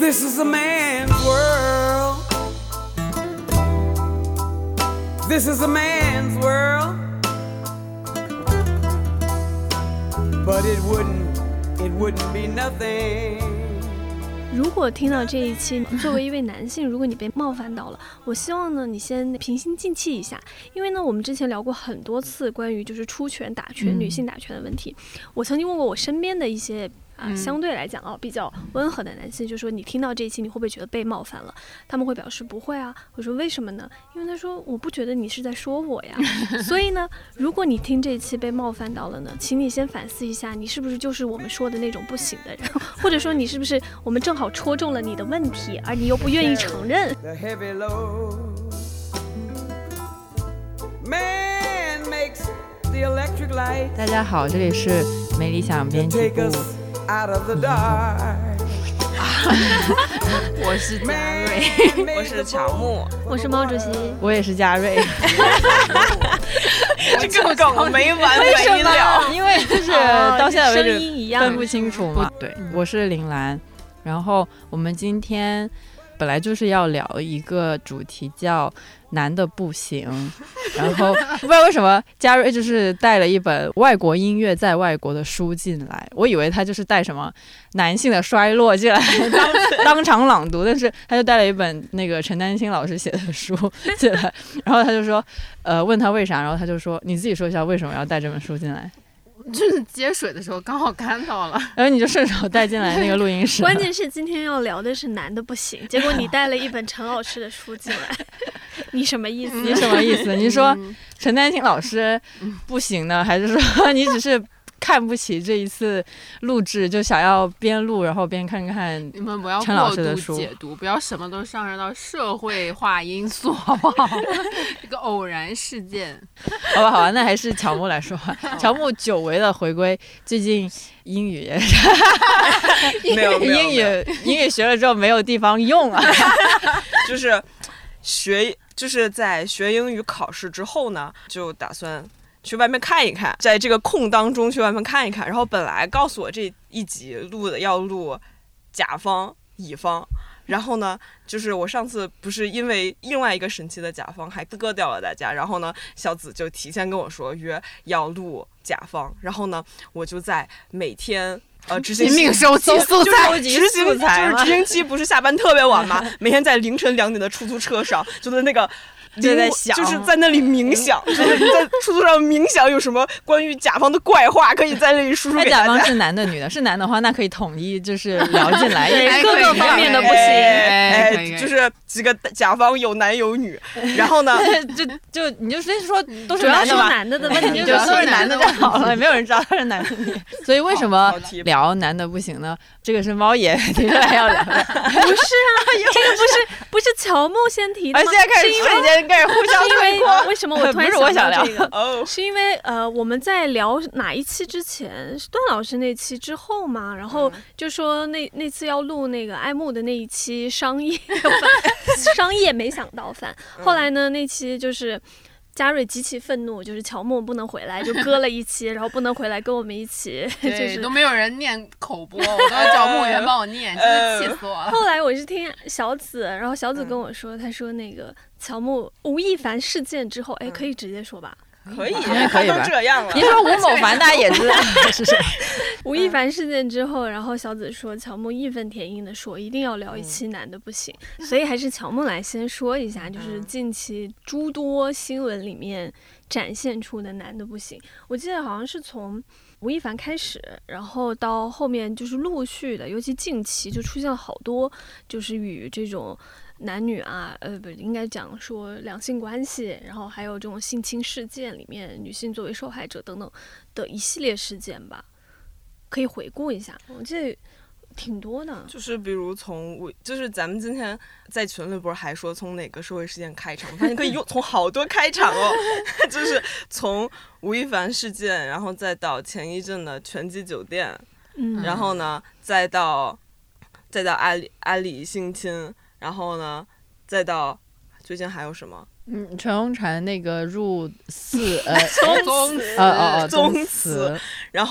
This is a man's world. This is a man's world. But it wouldn't be nothing. 如果听到这一期，作为一位男性，如果你被冒犯到了，我希望呢，你先平心静气一下，因为呢，我们之前聊过很多次关于就是出拳打拳、女性打拳的问题。我曾经问过我身边的一些相对来讲比较温和的男性，就说你听到这一期你会不会觉得被冒犯了？他们会表示不会啊。我说为什么呢？因为他说我不觉得你是在说我呀。所以呢，如果你听这一期被冒犯到了呢，请你先反思一下，你是不是就是我们说的那种不行的人，或者说你是不是我们正好戳中了你的问题，而你又不愿意承认。 大家好，这里是没理想编辑部。 我是嘉瑞，我是乔木， 我是毛主席， 我也是嘉瑞。 这个梗没完没了， 因为就是到现在为止分不清楚嘛。对，我是林兰。然后我们今天本来就是要聊一个主题叫男的不行，然后不知道为什么嘉瑞就是带了一本外国音乐在外国的书进来，我以为他就是带什么男性的衰落进来当场朗读，但是他就带了一本那个陈丹青老师写的书进来，然后他就说问他为啥，然后他就说你自己说一下为什么要带这本书进来。 就是接水的时候刚好看到了， 然后你就顺手带进来那个录音室。 关键是今天要聊的是男的不行，结果你带了一本陈老师的书进来，你什么意思？ 你什么意思？你说陈丹青老师不行呢，还是说你只是看不起这一次录制，就想要边录然后边看看你们不要过度解读，不要什么都上升到社会化因素，好不好？这个偶然事件。 好吧，好吧，那还是乔木来说话。乔木久违的回归，最近英语也是没有英语学了之后没有地方用啊。 就是在学英语考试之后呢，就打算去外面看一看，在这个空当中去外面看一看。然后本来告诉我这一集要录甲方乙方，然后呢就是我上次不是因为另外一个神奇的甲方还割掉了大家，然后呢小紫就提前跟我说约要录甲方，然后呢我就在每天执行命收集素材， 执行期不是下班特别晚吗？每天在凌晨2点的出租车上，就是那个就在想， 就是在那里冥想，就是在出租上冥想有什么关于甲方的怪话可以在那里输出给大家。 甲方是男的女的？是男的话，那可以统一就是聊进来， 各个方面的不行。 就是几个甲方有男有女，然后呢， 就你就说都是男的吧， 主要说男的的问题， 就都是男的就好了，没有人知道他是男的女。所以为什么聊男的不行呢？这个是猫爷提出来要聊的。 不是啊，这个不是乔木先提的吗？ 现在开始瞬间开始互相推脱。为什么我突然想到这个？ 是因为我们在聊哪一期之前，是段老师那期之后嘛，然后就说那次要录那个爱慕的那一期商业没想到反。后来呢，那期就是嘉瑞极其愤怒，就是乔木不能回来，就割了一期，然后不能回来跟我们一起，就是都没有人念口播，我都要找木源帮我念，真是气死我了。 后来我是听小紫，然后小紫跟我说，他说那个乔木吴亦凡事件之后，可以直接说吧。 可以， 可以吧？ 都这样了。 你说吴某凡大家也知道是谁？ 吴亦凡事件之后，然后小紫说，乔木义愤填膺的说，一定要聊一期男的不行，所以还是乔木来先说一下，就是近期诸多新闻里面展现出的男的不行。我记得好像是从吴亦凡开始，然后到后面就是陆续的，尤其近期就出现了好多，就是与这种男女啊，不应该讲说两性关系，然后还有这种性侵事件里面女性作为受害者等等的一系列事件吧，可以回顾一下。我记得挺多的， 就是比如就是咱们今天在群里不是还说从哪个社会事件开场，我发现可以用从好多开场哦，就是从吴亦凡事件，然后再到前一阵的拳击酒店，然后呢再到阿里性侵。然后呢，再到最近还有什么？ 陈红婵那个入宗祠， 然后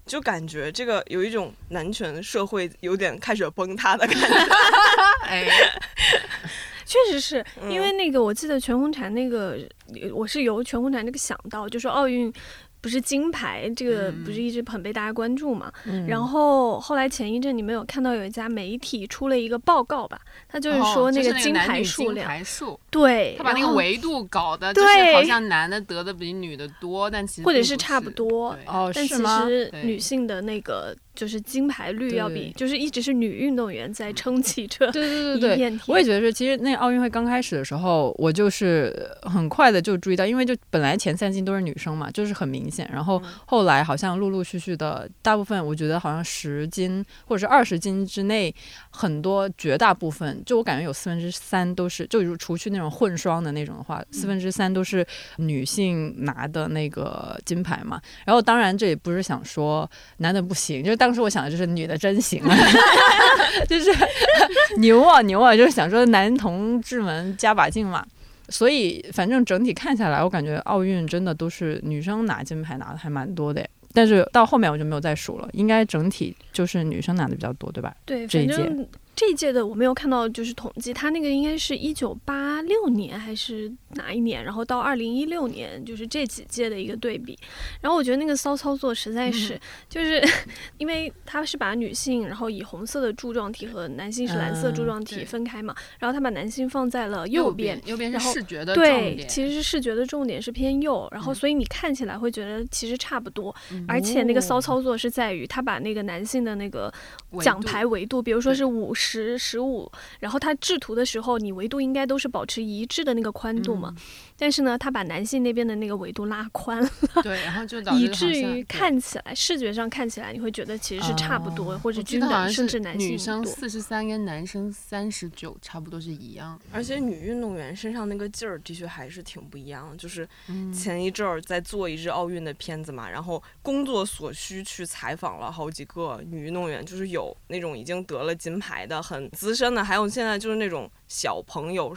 就感觉这个有一种男权社会有点开始崩塌的感觉。 哎， 确实是因为那个，我记得全红婵那个，我是由全红婵那个想到，就说奥运不是金牌，这个不是一直很被大家关注嘛？然后后来前一阵你们有看到有一家媒体出了一个报告吧？他就是说那个金牌数量，对， 他把那个维度搞得就是好像男的得的比女的多，但其实或者是差不多。但其实女性的那个就是金牌率要比，就是一直是女运动员在撑起这一片天。 我也觉得是，其实那个奥运会刚开始的时候，我就是很快的就注意到，因为就本来前3金都是女生嘛，就是很明显。然后后来好像陆陆续续的，大部分我觉得好像10金或者是20金之内，很多绝大部分，就我感觉有3/4都是，就除去那种混双的那种的话，3/4都是女性拿的那个金牌嘛。然后当然这也不是想说男的不行，就是当时我想的就是女的真行啊，就是牛啊，就是想说男同志们加把劲嘛。所以反正整体看下来，我感觉奥运真的都是女生拿金牌拿的还蛮多的，但是到后面我就没有再数了，应该整体就是女生拿的比较多，对吧？ 对，反正这一届的我没有看到就是统计，他那个应该是1986年还是哪一年，然后到2016年就是这几届的一个对比。然后我觉得那个骚操作实在是，就是因为他是把女性然后以红色的柱状体和男性是蓝色柱状体分开嘛，然后他把男性放在了右边是视觉的重点， 对，其实是视觉的重点是偏右，然后所以你看起来会觉得其实差不多，而且那个骚操作是在于他把那个男性的那个奖牌维度，比如说是50、15，然后他制图的时候，你维度应该都是保持一致的那个宽度嘛。但是呢，他把男性那边的那个维度拉宽了， 对，然后就导致以至于看起来视觉上看起来，你会觉得其实是差不多，或者均等，甚至男性女生43跟男生39差不多是一样。 而且女运动员身上那个劲儿的确还是挺不一样的。就是前一阵儿在做一支奥运的片子嘛，然后工作所需去采访了好几个女运动员，就是有那种已经得了金牌的很资深的，还有现在就是那种小朋友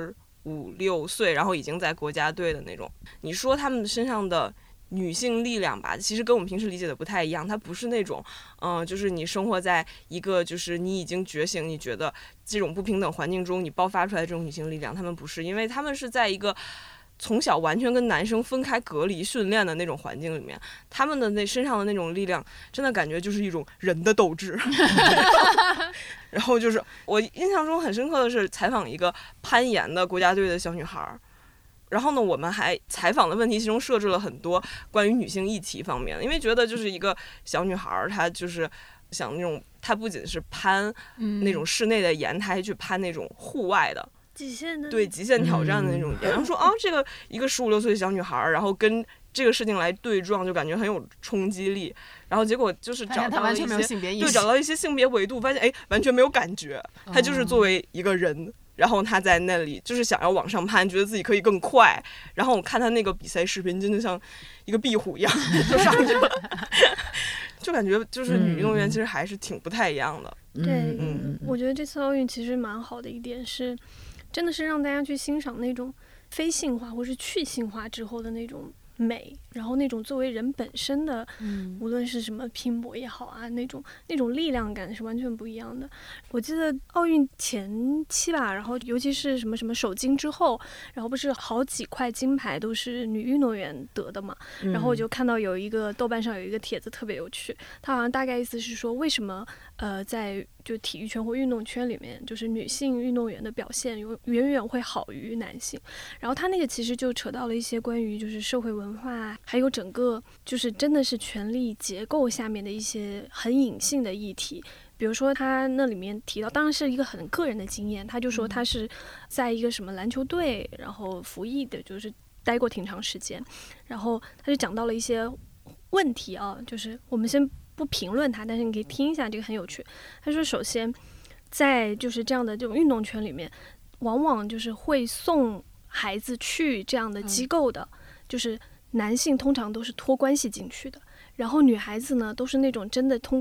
15、16岁，然后已经在国家队的那种。你说他们身上的女性力量吧，其实跟我们平时理解的不太一样。它不是那种，就是你生活在一个就是你已经觉醒，你觉得这种不平等环境中你爆发出来这种女性力量，他们不是，因为他们是在一个从小完全跟男生分开隔离训练的那种环境里面，他们的那身上的那种力量，真的感觉就是一种人的斗志。然后就是我印象中很深刻的是采访一个攀岩的国家队的小女孩，然后呢，我们还采访的问题其中设置了很多关于女性议题方面，因为觉得就是一个小女孩，她就是想那种，她不仅是攀那种室内的岩，她还去攀那种户外的。 极限的， 对，极限挑战的那种。然后说这个一个15、16岁的小女孩，然后跟这个事情来对撞，就感觉很有冲击力。然后结果就是找到了一些，对，找到一些性别维度，发现完全没有感觉。她就是作为一个人，然后她在那里就是想要往上攀，觉得自己可以更快。然后我看她那个比赛视频，真的像一个壁虎一样就上去了。就感觉就是女运动员其实还是挺不太一样的。 对，我觉得这次奥运其实蛮好的一点是，真的是让大家去欣赏那种非性化或是去性化之后的那种美，然后那种作为人本身的，无论是什么拼搏也好啊，那种力量感是完全不一样的。我记得奥运前期吧，然后尤其是什么首金之后，然后不是好几块金牌都是女运动员得的嘛，然后我就看到有一个豆瓣上有一个帖子特别有趣，他好像大概意思是说为什么在就体育圈或运动圈里面，就是女性运动员的表现远远会好于男性。然后他那个其实就扯到了一些关于就是社会文化，还有整个就是真的是权力结构下面的一些很隐性的议题。比如说他那里面提到，当然是一个很个人的经验，他就说他是在一个什么篮球队，然后服役的，就是待过挺长时间，然后他就讲到了一些问题啊，就是我们先不评论它，但是你可以听一下，这个很有趣。他说首先在就是这样的这种运动圈里面，往往就是会送孩子去这样的机构的，就是男性通常都是托关系进去的，然后女孩子呢都是那种真的通过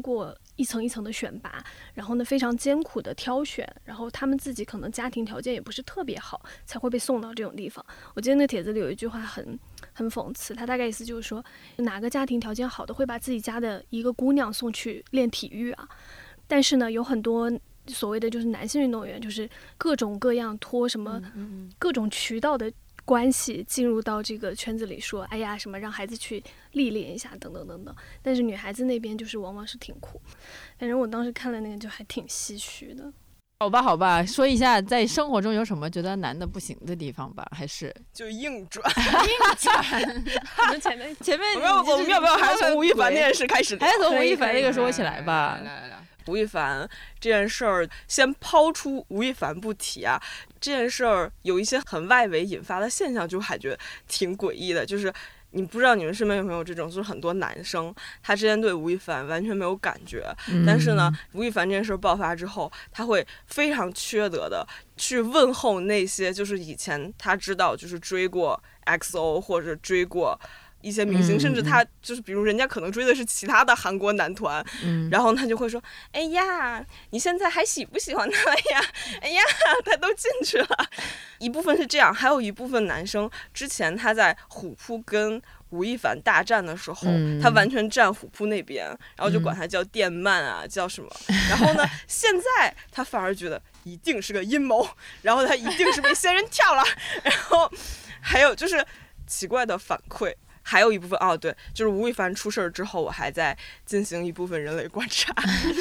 一层一层的选拔，然后呢非常艰苦的挑选，然后他们自己可能家庭条件也不是特别好，才会被送到这种地方。我记得那帖子里有一句话很讽刺，他大概意思就是说，哪个家庭条件好的会把自己家的一个姑娘送去练体育啊？但是呢，有很多所谓的就是男性运动员，就是各种各样托什么各种渠道的关系进入到这个圈子里，说哎呀什么让孩子去历练一下等等等等。但是女孩子那边就是往往是挺苦，反正我当时看了那个就还挺唏嘘的。 好吧，说一下在生活中有什么觉得男的不行的地方吧？还是就硬转。 我们前面我们要不要还是从吴亦凡那件事开始聊？ 还是从吴亦凡那个说起来吧。 来， 吴亦凡这件事儿，先抛出吴亦凡不提啊，这件事儿有一些很外围引发的现象，就还觉得挺诡异的，就是你不知道你们身边有没有这种，就是很多男生他之前对吴亦凡完全没有感觉，但是呢，吴亦凡这件事爆发之后，他会非常缺德的去问候那些就是以前他知道就是追过 XO 或者追过一些明星，甚至他就是比如人家可能追的是其他的韩国男团，然后他就会说，哎呀你现在还喜不喜欢他呀，哎呀他都进去了。一部分是这样，还有一部分男生之前他在虎扑跟吴亦凡大战的时候，他完全站虎扑那边，然后就管他叫电鳗啊，叫什么，然后呢现在他反而觉得一定是个阴谋，然后他一定是被仙人跳了，然后还有就是奇怪的反馈。还有一部分对，就是吴亦凡出事之后，我还在进行一部分人类观察，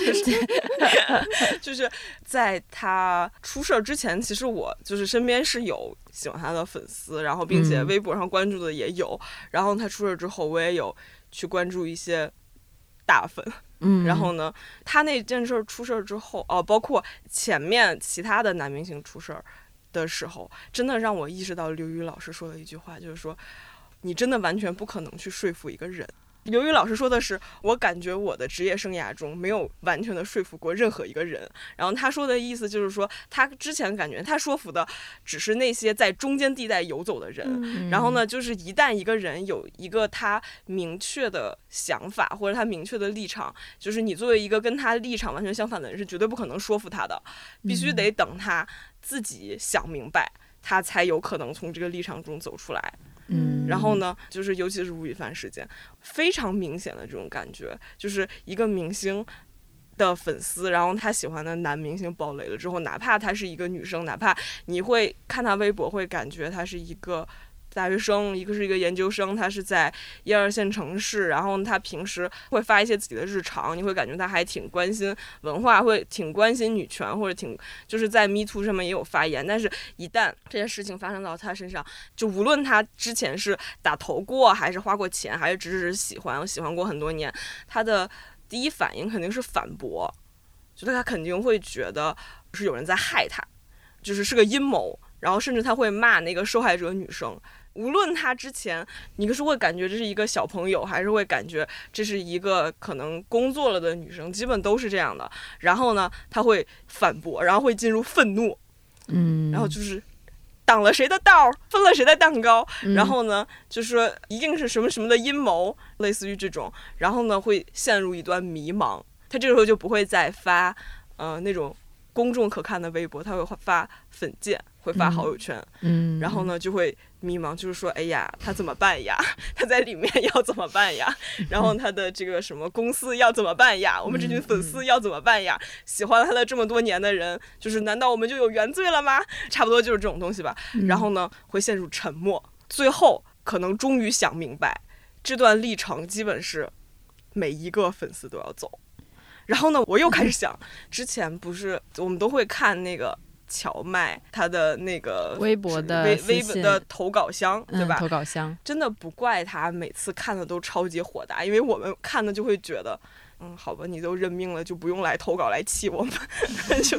就是在他出事之前，其实我就是身边是有喜欢他的粉丝，然后并且微博上关注的也有，然后他出事之后，我也有去关注一些大粉。然后呢，他那件事出事之后，包括前面其他的男明星出事的时候，真的让我意识到刘宇老师说的一句话，就是说你真的完全不可能去说服一个人。刘宇老师说的是，我感觉我的职业生涯中没有完全的说服过任何一个人。然后他说的意思就是说，他之前感觉他说服的只是那些在中间地带游走的人。然后呢，就是一旦一个人有一个他明确的想法或者他明确的立场，就是你作为一个跟他立场完全相反的人是绝对不可能说服他的，必须得等他自己想明白，他才有可能从这个立场中走出来。然后呢，就是尤其是吴亦凡事件，非常明显的这种感觉，就是一个明星的粉丝，然后他喜欢的男明星爆雷了之后，哪怕他是一个女生，哪怕你会看他微博会感觉他是一个大学生，一个是一个研究生，他是在1、2线城市，然后他平时会发一些自己的日常，你会感觉他还挺关心文化，会挺关心女权，或者就是在 Me Too 上面也有发言。但是一旦这件事情发生到他身上，就无论他之前是打投过，还是花过钱，还是只是喜欢过很多年，他的第一反应肯定是反驳，就他肯定会觉得是有人在害他，是个阴谋，然后甚至他会骂那个受害者女生。无论他之前你是会感觉这是一个小朋友，还是会感觉这是一个可能工作了的女生，基本都是这样的。然后呢，他会反驳，然后会进入愤怒，然后就是挡了谁的道，分了谁的蛋糕，然后呢，就是说一定是什么什么的阴谋，类似于这种，然后呢会陷入一段迷茫。他这个时候就不会再发那种公众可看的微博，他会发粉件，会发好友圈，然后呢就会迷茫，就是说哎呀他怎么办呀，他在里面要怎么办呀，然后他的这个什么公司要怎么办呀，我们这群粉丝要怎么办呀，喜欢他的这么多年的人，就是难道我们就有原罪了吗？差不多就是这种东西吧。然后呢会陷入沉默，最后可能终于想明白，这段历程基本是每一个粉丝都要走。然后呢我又开始想，之前不是我们都会看那个荞麦他的那个微博的微博的投稿箱，对吧？ 投稿箱真的不怪他每次看的都超级火大，因为我们看的就会觉得好吧，你都认命了，就不用来投稿来气我们就是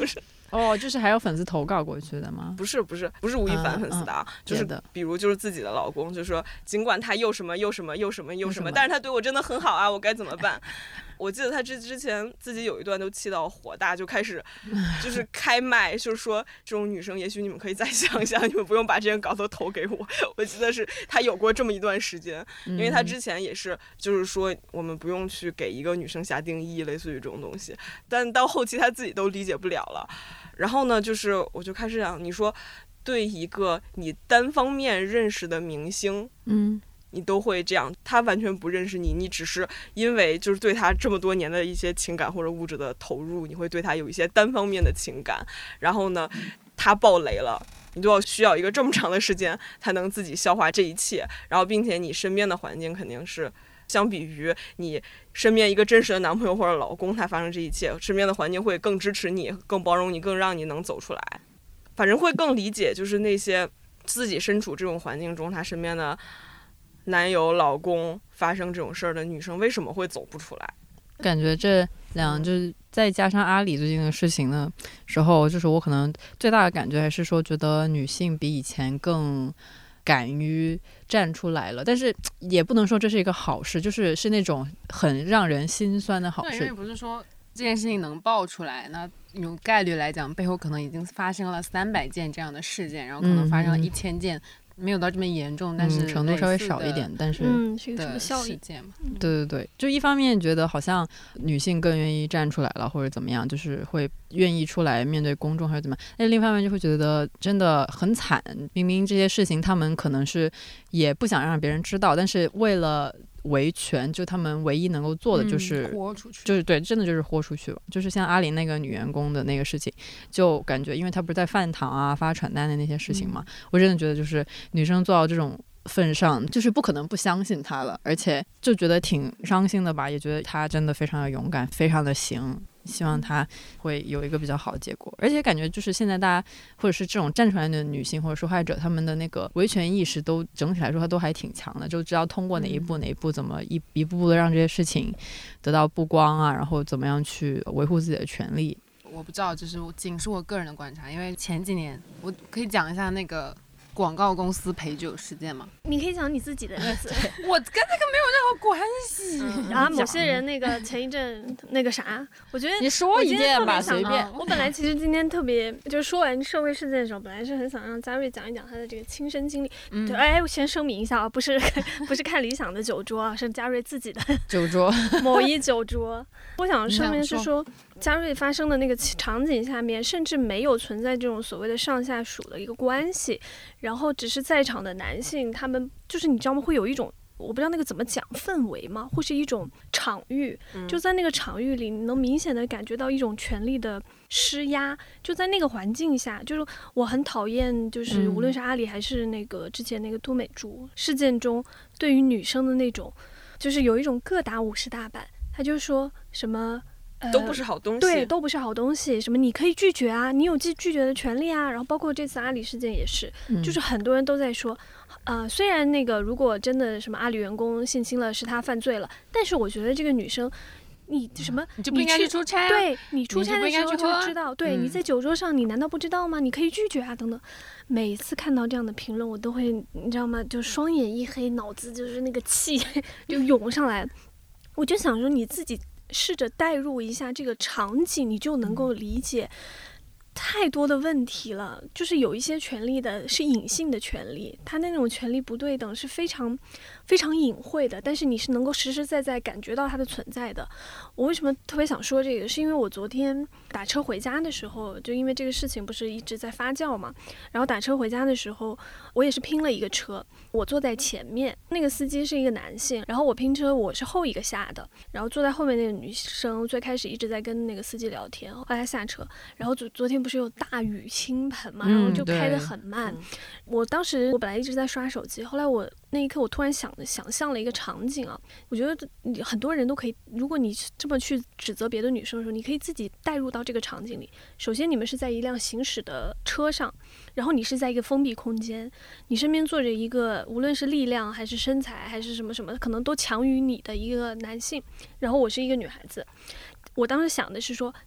哦，就是还有粉丝投稿过去的吗？ 不是吴亦凡粉丝的啊，就是比如就是自己的老公，就说尽管他又什么，但是他对我真的很好啊，我该怎么办？我记得他之前自己有一段都气到火大，就开始就是开麦，就是说这种女生也许你们可以再想一想，你们不用把这些稿都投给我。我记得是他有过这么一段时间，因为他之前也是就是说我们不用去给一个女生下定义，类似于这种东西，但到后期他自己都理解不了了。然后呢，就是我就开始想，你说对一个你单方面认识的明星，你都会这样，他完全不认识你，你只是因为就是对他这么多年的一些情感或者物质的投入，你会对他有一些单方面的情感，然后呢他爆雷了，你都要需要一个这么长的时间才能自己消化这一切，然后并且你身边的环境肯定是相比于你身边一个真实的男朋友或者老公他发生这一切，身边的环境会更支持你，更包容你，更让你能走出来，反正会更理解就是那些自己身处这种环境中他身边的男友老公发生这种事儿的女生为什么会走不出来。 感觉这就是再加上阿里最近的事情的时候，就是我可能最大的感觉还是说觉得女性比以前更敢于站出来了，但是也不能说这是一个好事，就是那种很让人心酸的好事。 对，因为不是说这件事情能爆出来，那用概率来讲，背后可能已经发生了300件这样的事件，然后可能发生了1000件，没有到这么严重，但是程度稍微少一点，但是是一个什么效益？ 对，就一方面觉得好像女性更愿意站出来了，或者怎么样，就是会愿意出来面对公众还是怎么样，但是另一方面就会觉得真的很惨，明明这些事情他们可能是也不想让别人知道，但是为了维权，就他们唯一能够做的就是豁出去， 就是对，真的就是豁出去了。就是像阿里那个女员工的那个事情，就感觉因为她不是在饭堂啊发传单的那些事情嘛，我真的觉得就是女生做到这种份上，就是不可能不相信她了，而且就觉得挺伤心的吧，也觉得她真的非常的勇敢，非常的行。希望她会有一个比较好的结果，而且感觉就是现在大家或者是这种站出来的女性或者受害者，她们的那个维权意识都整体来说她都还挺强的，就知道通过哪一步怎么一步步的让这些事情得到曝光啊，然后怎么样去维护自己的权利。 我不知道，就是仅是我个人的观察，因为前几年我可以讲一下那个广告公司陪酒事件吗？ 你可以讲你自己的例子。 我跟这个没有任何关系。 然后某些人那个前一阵那个啥，我觉得你说一件吧，随便。 我本来其实今天特别就是说完社会事件的时候，本来是很想让嘉瑞讲一讲他的这个亲身经历。对，我先声明一下啊，不是看理想的酒桌啊，是嘉瑞自己的酒桌， 某一酒桌。我想声明是说，嘉瑞发生的那个场景下面，甚至没有存在这种所谓的上下属的一个关系。然后只是在场的男性，他们就是你知道吗？会有一种我不知道那个怎么讲氛围吗？或是一种场域，就在那个场域里，你能明显的感觉到一种权力的施压。就在那个环境下，就是我很讨厌，就是无论是阿里还是那个之前那个都美竹事件中，对于女生的那种，就是有一种各打50大板。他就说什么。 都不是好东西， 对，都不是好东西。什么你可以拒绝啊，你有拒绝的权利啊。然后包括这次阿里事件也是，就是很多人都在说，虽然那个如果真的什么阿里员工性侵了是他犯罪了，但是我觉得这个女生，你什么你就不应该去出差啊， 对，你出差的时候就知道，对，你在酒桌上你难道不知道吗？你可以拒绝啊等等。每次看到这样的评论，我都会你知道吗？就双眼一黑，脑子就是那个气就涌上来。我就想说你自己试着代入一下这个场景，你就能够理解太多的问题了。就是有一些权利的是隐性的权利，它那种权利不对等是非常非常隐晦的，但是你是能够实实在在感觉到它的存在的。我为什么特别想说这个，是因为我昨天打车回家的时候，就因为这个事情不是一直在发酵嘛，然后打车回家的时候，我也是拼了一个车，我坐在前面，那个司机是一个男性，然后我拼车我是后一个下的，然后坐在后面那个女生最开始一直在跟那个司机聊天，后来下车，然后昨天不是有大雨倾盆嘛，然后就开得很慢。我当时我本来一直在刷手机，后来我那一刻我突然想象了一个场景啊，我觉得很多人都可以，如果你这么去指责别的女生的时候，你可以自己带入到这个场景里。首先你们是在一辆行驶的车上，然后你是在一个封闭空间，你身边坐着一个无论是力量还是身材还是什么什么可能都强于你的一个男性，然后我是一个女孩子。我当时想的是说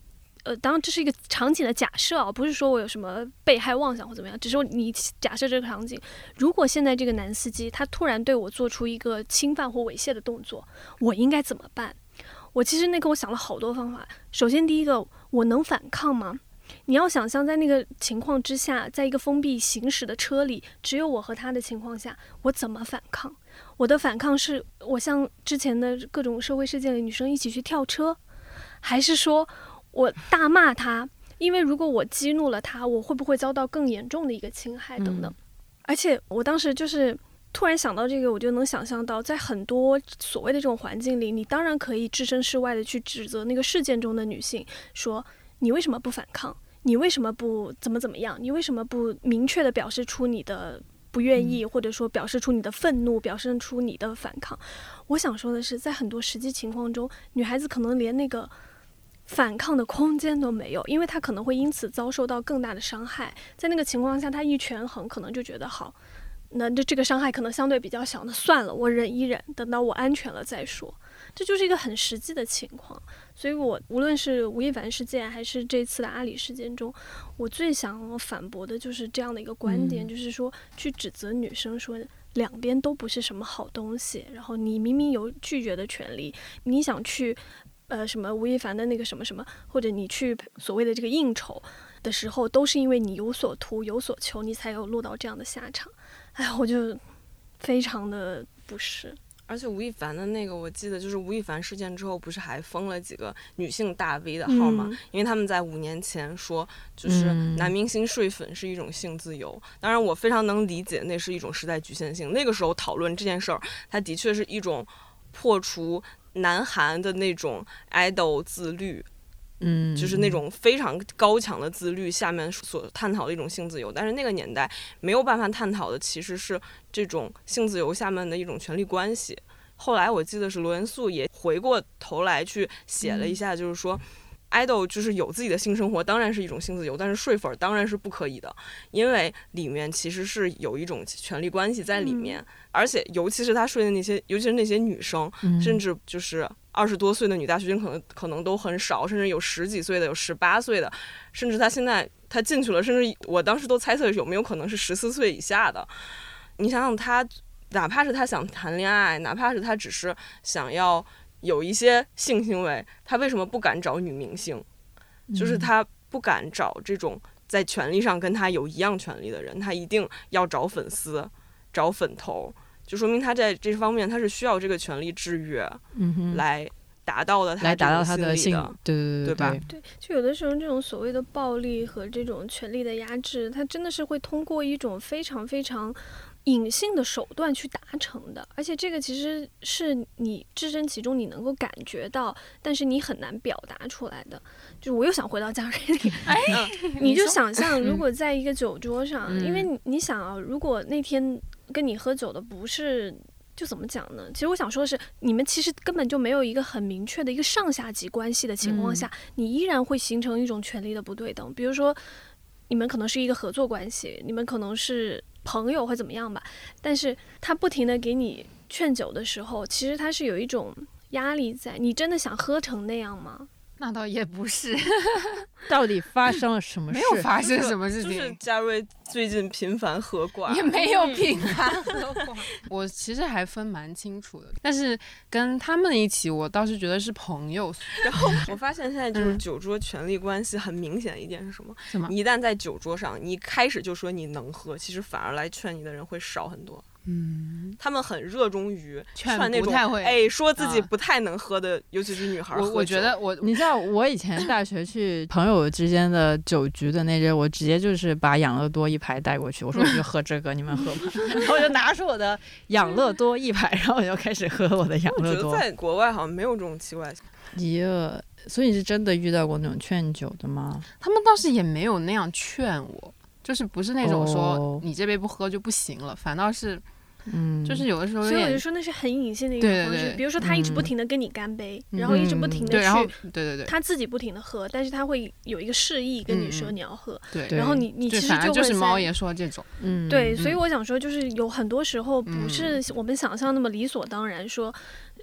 当然这是一个场景的假设啊，不是说我有什么被害妄想或怎么样，只是你假设这个场景，如果现在这个男司机他突然对我做出一个侵犯或猥亵的动作，我应该怎么办？我其实我想了好多方法。首先第一个，我能反抗吗？你要想象在那个情况之下，在一个封闭行驶的车里，只有我和他的情况下，我怎么反抗？我的反抗是我像之前的各种社会事件里女生一起去跳车，还是说我大骂他？因为如果我激怒了他，我会不会遭到更严重的一个侵害等等。而且我当时就是突然想到这个，我就能想象到在很多所谓的这种环境里，你当然可以置身事外的去指责那个事件中的女性，说你为什么不反抗？你为什么不怎么样？你为什么不明确的表示出你的不愿意，或者说表示出你的愤怒，表示出你的反抗？我想说的是，在很多实际情况中，女孩子可能连那个反抗的空间都没有，因为她可能会因此遭受到更大的伤害。在那个情况下，她一权衡，可能就觉得好，那这个伤害可能相对比较小，那算了，我忍一忍，等到我安全了再说。这就是一个很实际的情况。所以我无论是吴亦凡事件还是这次的阿里事件中，我最想反驳的就是这样的一个观点，就是说去指责女生说两边都不是什么好东西，然后你明明有拒绝的权利，你想去什么吴亦凡的那个什么什么，或者你去所谓的这个应酬的时候，都是因为你有所图有所求，你才有落到这样的下场。哎，我就非常的不适。 而且吴亦凡的那个，我记得就是吴亦凡事件之后，不是还封了几个女性大 V 的号吗？因为他们在5年前说，就是男明星睡粉是一种性自由。当然，我非常能理解那是一种时代局限性。那个时候讨论这件事儿，它的确是一种破除南韩的那种 idol 自律。就是那种非常高强的自律下面所探讨的一种性自由，但是那个年代没有办法探讨的其实是这种性自由下面的一种权力关系。后来我记得是罗元素也回过头来去写了一下，就是说idol 就是有自己的性生活，当然是一种性自由，但是睡粉当然是不可以的，因为里面其实是有一种权力关系在里面，而且尤其是他睡的那些，尤其是那些女生，甚至就是20多岁的女大学生可能都很少，甚至有10几岁的，有18岁的，甚至他现在他进去了，甚至我当时都猜测有没有可能是14岁以下的。你想想他，哪怕是他想谈恋爱，哪怕是他只是想要有一些性行为，他为什么不敢找女明星？就是他不敢找这种在权力上跟他有一样权利的人，他一定要找粉丝，找粉头，就说明他在这方面他是需要这个权力制约，来达到他的性，对吧？ 对，就有的时候这种所谓的暴力和这种权力的压制，它真的是会通过一种非常非常隐性的手段去达成的，而且这个其实是你置身其中，你能够感觉到，但是你很难表达出来的。就我又想回到江瑞丽，你就想象如果在一个酒桌上，因为你想啊，如果那天跟你喝酒的不是，就怎么讲呢？其实我想说的是，你们其实根本就没有一个很明确的一个上下级关系的情况下，你依然会形成一种权力的不对等。比如说，你们可能是一个合作关系，你们可能是朋友或怎么样吧，但是他不停的给你劝酒的时候，其实他是有一种压力在。你真的想喝成那样吗？ 那倒也不是。 到底发生了什么事？ 没有发生什么事情， 就是嘉瑞最近频繁喝挂， 也没有频繁喝挂。我其实还分蛮清楚的，但是跟他们一起，我倒是觉得是朋友。 然后我发现现在就是酒桌权力关系很明显的一点是什么？你一旦在酒桌上，你一开始就说你能喝，其实反而来劝你的人会少很多。他们很热衷于劝那种说自己不太能喝的，尤其是女孩喝酒。 我觉得你知道我以前大学去朋友之间的酒局的那阵，我直接就是把养乐多1排带过去，我说我就喝这个，你们喝吧。然后我就拿出我的养乐多1排，然后我就开始喝我的养乐多。 我觉得在国外好像没有这种奇怪。 所以你是真的遇到过那种劝酒的吗？ 他们倒是也没有那样劝我，就是不是那种说你这杯不喝就不行了，反倒是。就是有的时候， 所以我就说那是很隐性的一个方式。比如说他一直不停的跟你干杯，然后一直不停的去， 对， 他自己不停的喝，但是他会有一个示意跟你说你要喝， 对， 然后你其实就是猫爷说这种， 对，所以我想说就是有很多时候不是我们想象那么理所当然说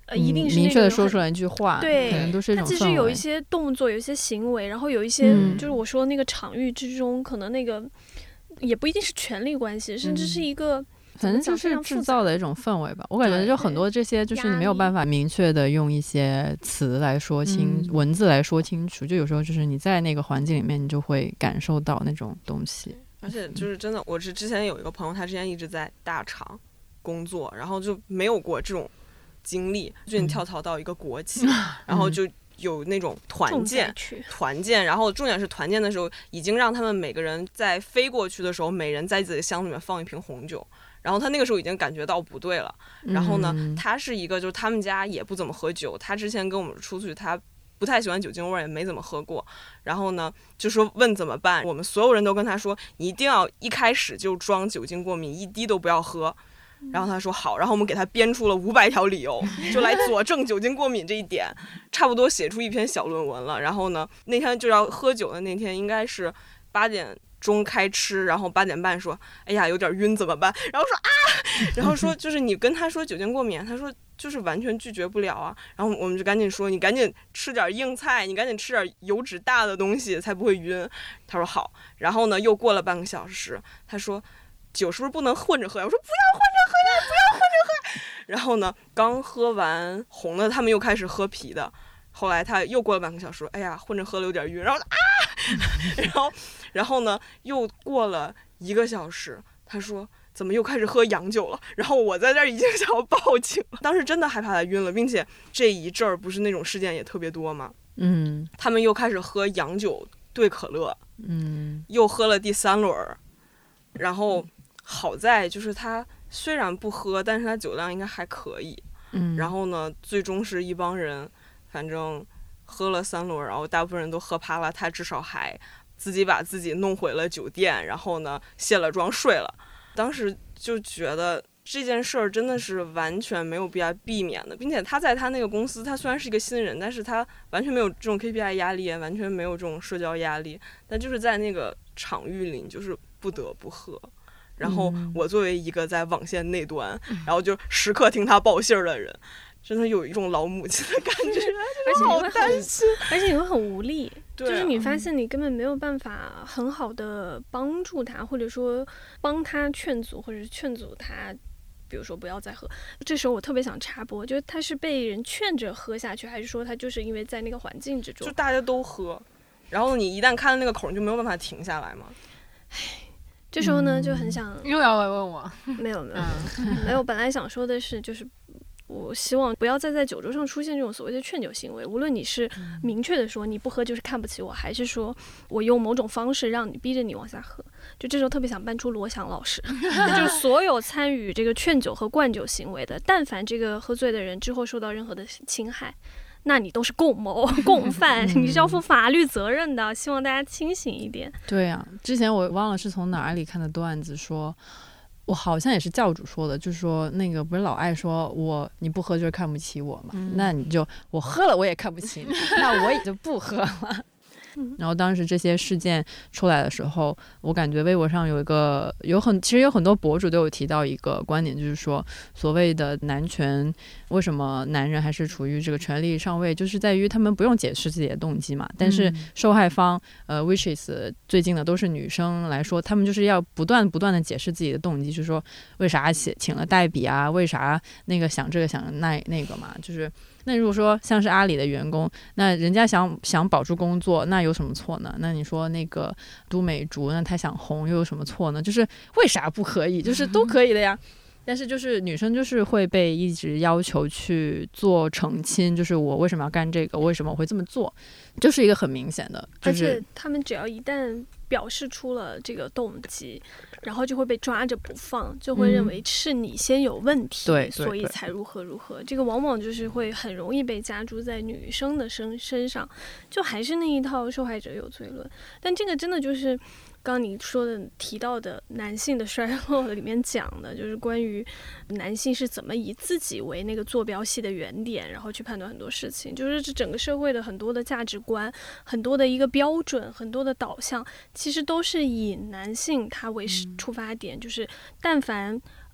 一定是明确的说出来一句话， 对， 可能都是一种氛围。 它其实有一些动作，有一些行为，然后有一些就是我说那个场域之中，可能那个也不一定是权力关系，甚至是一个。 反正就是制造的一种氛围吧，我感觉就很多这些就是你没有办法明确的用一些词来说清，文字来说清楚，就有时候就是你在那个环境里面，你就会感受到那种东西。 而且就是真的，我是之前有一个朋友，他之前一直在大厂工作，然后就没有过这种经历，最近跳槽到一个国企，然后就有那种团建，然后重点是团建的时候，已经让他们每个人在飞过去的时候，每人在自己的箱子里面放一瓶红酒。然后他那个时候已经感觉到不对了，然后呢，他是一个就是他们家也不怎么喝酒，他之前跟我们出去，他不太喜欢酒精味，也没怎么喝过。然后呢，就说问怎么办，我们所有人都跟他说，你一定要一开始就装酒精过敏，一滴都不要喝。然后他说好，然后我们给他编出了500条理由，就来佐证酒精过敏这一点，差不多写出一篇小论文了。然后呢，那天就要喝酒的那天，应该是8点钟开吃，然后8点半说，哎呀有点晕怎么办？然后说啊，然后说就是你跟他说酒精过敏，他说就是完全拒绝不了啊。然后我们就赶紧说，你赶紧吃点硬菜，你赶紧吃点油脂大的东西才不会晕。他说好。然后呢又过了半个小时，他说酒是不是不能混着喝呀？我说不要混着喝呀，不要混着喝。然后呢刚喝完红的，他们又开始喝啤的。后来他又过了半个小时，哎呀混着喝了有点晕，然后然后呢又过了1个小时，他说怎么又开始喝洋酒了？然后我在这儿已经想要报警了，当时真的害怕他晕了，并且这一阵儿不是那种事件也特别多吗？他们又开始喝洋酒兑可乐，又喝了第3轮，然后好在就是他虽然不喝，但是他酒量应该还可以，然后呢最终是一帮人反正喝了3轮，然后大部分人都喝趴了，他至少还自己把自己弄回了酒店，然后呢卸了妆睡了。当时就觉得这件事儿真的是完全没有必要避免的，并且他在他那个公司，他虽然是一个新人，但是他完全没有这种 KPI 压力，完全没有这种社交压力，但就是在那个场域里你就是不得不喝。然后我作为一个在网线那端，然后就时刻听他报信儿的人，真的有一种老母亲的感觉， 而且你会很无力，就是你发现你根本没有办法很好的帮助他，或者说帮他劝阻，或者是劝阻他，比如说不要再喝。这时候我特别想插播，就是他是被人劝着喝下去，还是说他就是因为在那个环境之中， 就大家都喝，然后你一旦看到那个口，你就没有办法停下来嘛。 这时候呢就很想又要来问我， 没有，本来想说的是就是我希望不要再在酒桌上出现这种所谓的劝酒行为，无论你是明确的说你不喝就是看不起我，还是说我用某种方式让你逼着你往下喝，就这时候特别想搬出罗翔老师就是所有参与这个劝酒和灌酒行为的，但凡这个喝醉的人之后受到任何的侵害，那你都是共谋共犯，你是要负法律责任的，希望大家清醒一点。 对啊，之前我忘了是从哪里看的段子说，我好像也是教主说的，就是说那个不是老爱说你不喝就是看不起我嘛，那你就我喝了我也看不起你，那我也就不喝了。然后当时这些事件出来的时候，我感觉微博上其实有很多博主都有提到一个观点，就是说所谓的男权，为什么男人还是处于这个权力上位，就是在于他们不用解释自己的动机嘛。但是受害方which is 最近的都是女生来说，他们就是要不断的解释自己的动机，就是说为啥请了代笔啊，为啥那个想这个想那个嘛，就是那如果说像是阿里的员工，那人家想保住工作，那有什么错呢？那你说那个都美竹，那他想红又有什么错呢？就是为啥不可以？就是都可以的呀。但是就是女生就是会被一直要求去做澄清，就是我为什么要干这个，为什么我会这么做，就是一个很明显的， 而且他们只要一旦表示出了这个动机，然后就会被抓着不放，就会认为是你先有问题， 对， 所以才如何如何。这个往往就是会很容易被加诸在女生的身上，就还是那一套受害者有罪论。但这个真的就是刚刚你说的提到的男性的衰落里面讲的，就是关于男性是怎么以自己为那个坐标系的原点，然后去判断很多事情，就是这整个社会的很多的价值观，很多的一个标准，很多的导向，其实都是以男性他为出发点，就是但凡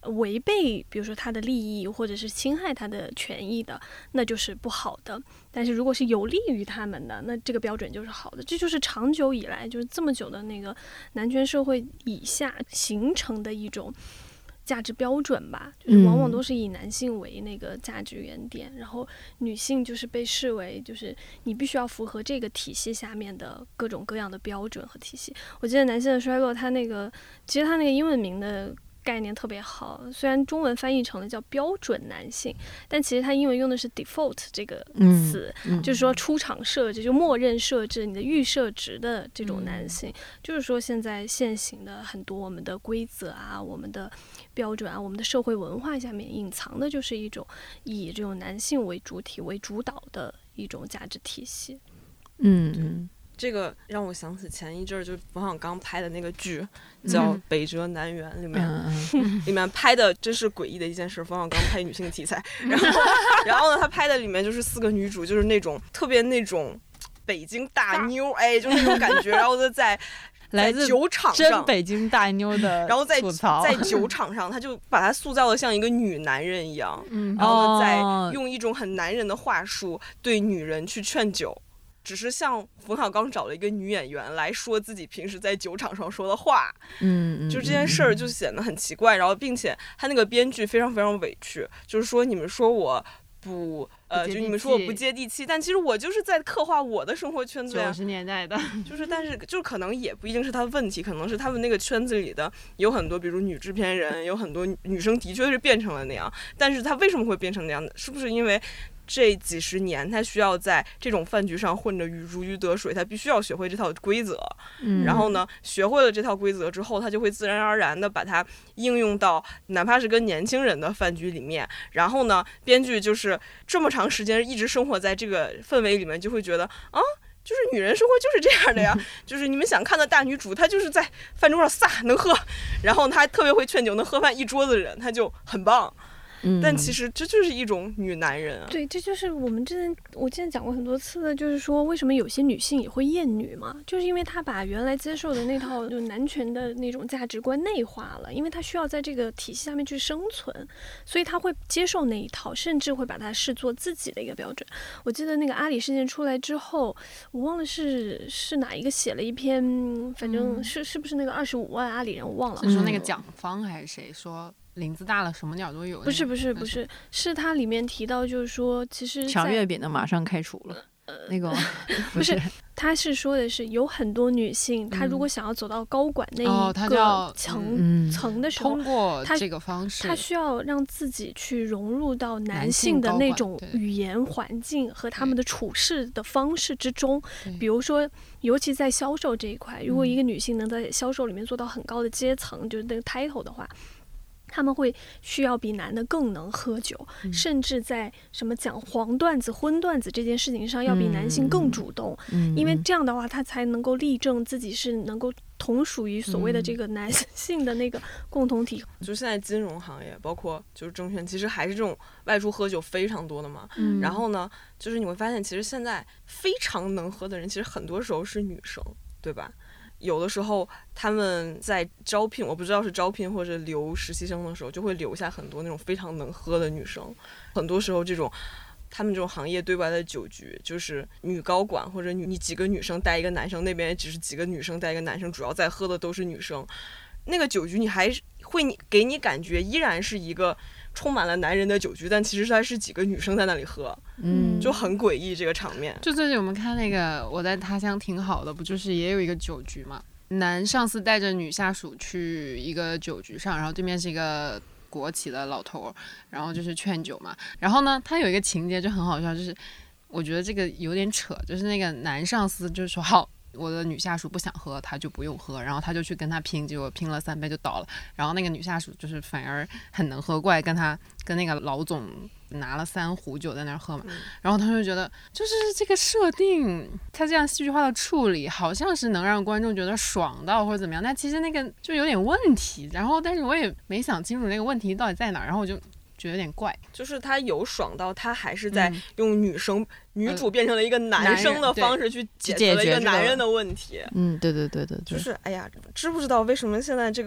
违背比如说他的利益或者是侵害他的权益的，那就是不好的。但是如果是有利于他们的，那这个标准就是好的。这就是长久以来就是这么久的那个男权社会以下形成的一种价值标准吧，就是往往都是以男性为那个价值原点，然后女性就是被视为就是你必须要符合这个体系下面的各种各样的标准和体系。我记得男性的衰落，它那个其实它那个英文名的概念特别好，虽然中文翻译成了叫标准男性，但其实它英文用的是 default 这个词，就是说出厂设置，就默认设置你的预设值的这种男性，就是说现在现行的很多我们的规则啊，我们的标准啊，我们的社会文化下面隐藏的就是一种以这种男性为主体为主导的一种价值体系。 这个让我想起前一阵儿就冯小刚拍的那个剧叫《北辙南辕》里面拍的真是诡异的一件事。冯小刚拍女性题材，然后呢他拍的里面就是4个女主，就是那种特别那种北京大妞，哎，就那种感觉，然后就在酒场上真北京大妞的然后在吐槽在酒场上他就把她塑造的像一个女男人一样，然后再用一种很男人的话术对女人去劝酒，只是像冯小刚找了一个女演员来说自己平时在酒场上说的话，就这件事儿就显得很奇怪。然后并且他那个编剧非常非常委屈，就是说你们说我不就你们说我不接地气，但其实我就是在刻画我的生活圈子呀。 90年代的， 就是但是就可能也不一定是他的问题，可能是他们那个圈子里的有很多，比如女制片人，有很多女生的确是变成了那样，但是他为什么会变成那样的？是不是因为这几十年他需要在这种饭局上混得如鱼得水，他必须要学会这套规则，然后呢学会了这套规则之后，他就会自然而然的把它应用到哪怕是跟年轻人的饭局里面，然后呢编剧就是这么长时间一直生活在这个氛围里面，就会觉得啊，就是女人生活就是这样的呀，就是你们想看的大女主，她就是在饭桌上撒能喝，然后她特别会劝酒，能喝饭一桌子的人，她就很棒。但其实这就是一种女男人啊。 对，这就是我之前讲过很多次的，就是说为什么有些女性也会厌女嘛，就是因为她把原来接受的那套就男权的那种价值观内化了，因为她需要在这个体系下面去生存，所以她会接受那一套，甚至会把它视作自己的一个标准。我记得那个阿里事件出来之后，我忘了是哪一个写了一篇，反正是不是那个25万阿里人，我忘了。 是说那个蒋方还是谁说林子大了什么鸟都有？ 不是，是它里面提到就是说，其实抢月饼的马上开除了。那个不是，他是说的是有很多女性，她如果想要走到高管那一个层的时候， 通过这个方式， 她需要让自己去融入到男性的那种语言环境和他们的处事的方式之中。比如说，尤其在销售这一块，如果一个女性能在销售里面做到很高的阶层，就是那个 title 的话，他们会需要比男的更能喝酒，甚至在什么讲黄段子、荤段子这件事情上要比男性更主动，因为这样的话他才能够力证自己是能够同属于所谓的这个男性的那个共同体。 就现在金融行业包括就是证券，其实还是这种外出喝酒非常多的嘛。然后呢就是你会发现其实现在非常能喝的人其实很多时候是女生，对吧？有的时候他们在招聘，我不知道是招聘或者留实习生的时候，就会留下很多那种非常能喝的女生。很多时候他们这种行业对外的酒局就是女高管或者你几个女生带一个男生，那边也只是几个女生带一个男生，主要在喝的都是女生。那个酒局你还会给你感觉依然是一个充满了男人的酒局，但其实还是几个女生在那里喝，就很诡异这个场面。 就最近我们看那个我在他乡挺好的，不就是也有一个酒局嘛？男上司带着女下属去一个酒局上，然后对面是一个国企的老头，然后就是劝酒嘛。然后呢，他有一个情节就很好笑，就是我觉得这个有点扯，就是那个男上司就是说好，我的女下属不想喝，她就不用喝，然后他就去跟她拼，结果拼了3杯就倒了。然后那个女下属就是反而很能喝，过来跟那个老总拿了3壶酒在那儿喝嘛。然后他就觉得就是这个设定，他这样戏剧化的处理，好像是能让观众觉得爽到或者怎么样，但其实那个就有点问题。然后但是我也没想清楚那个问题到底在哪，然后我就觉得有点怪， 就是他有爽到他还是在用女主变成了一个男生的方式去解决了一个男人的问题。 对， 就是哎呀，知不知道为什么现在这个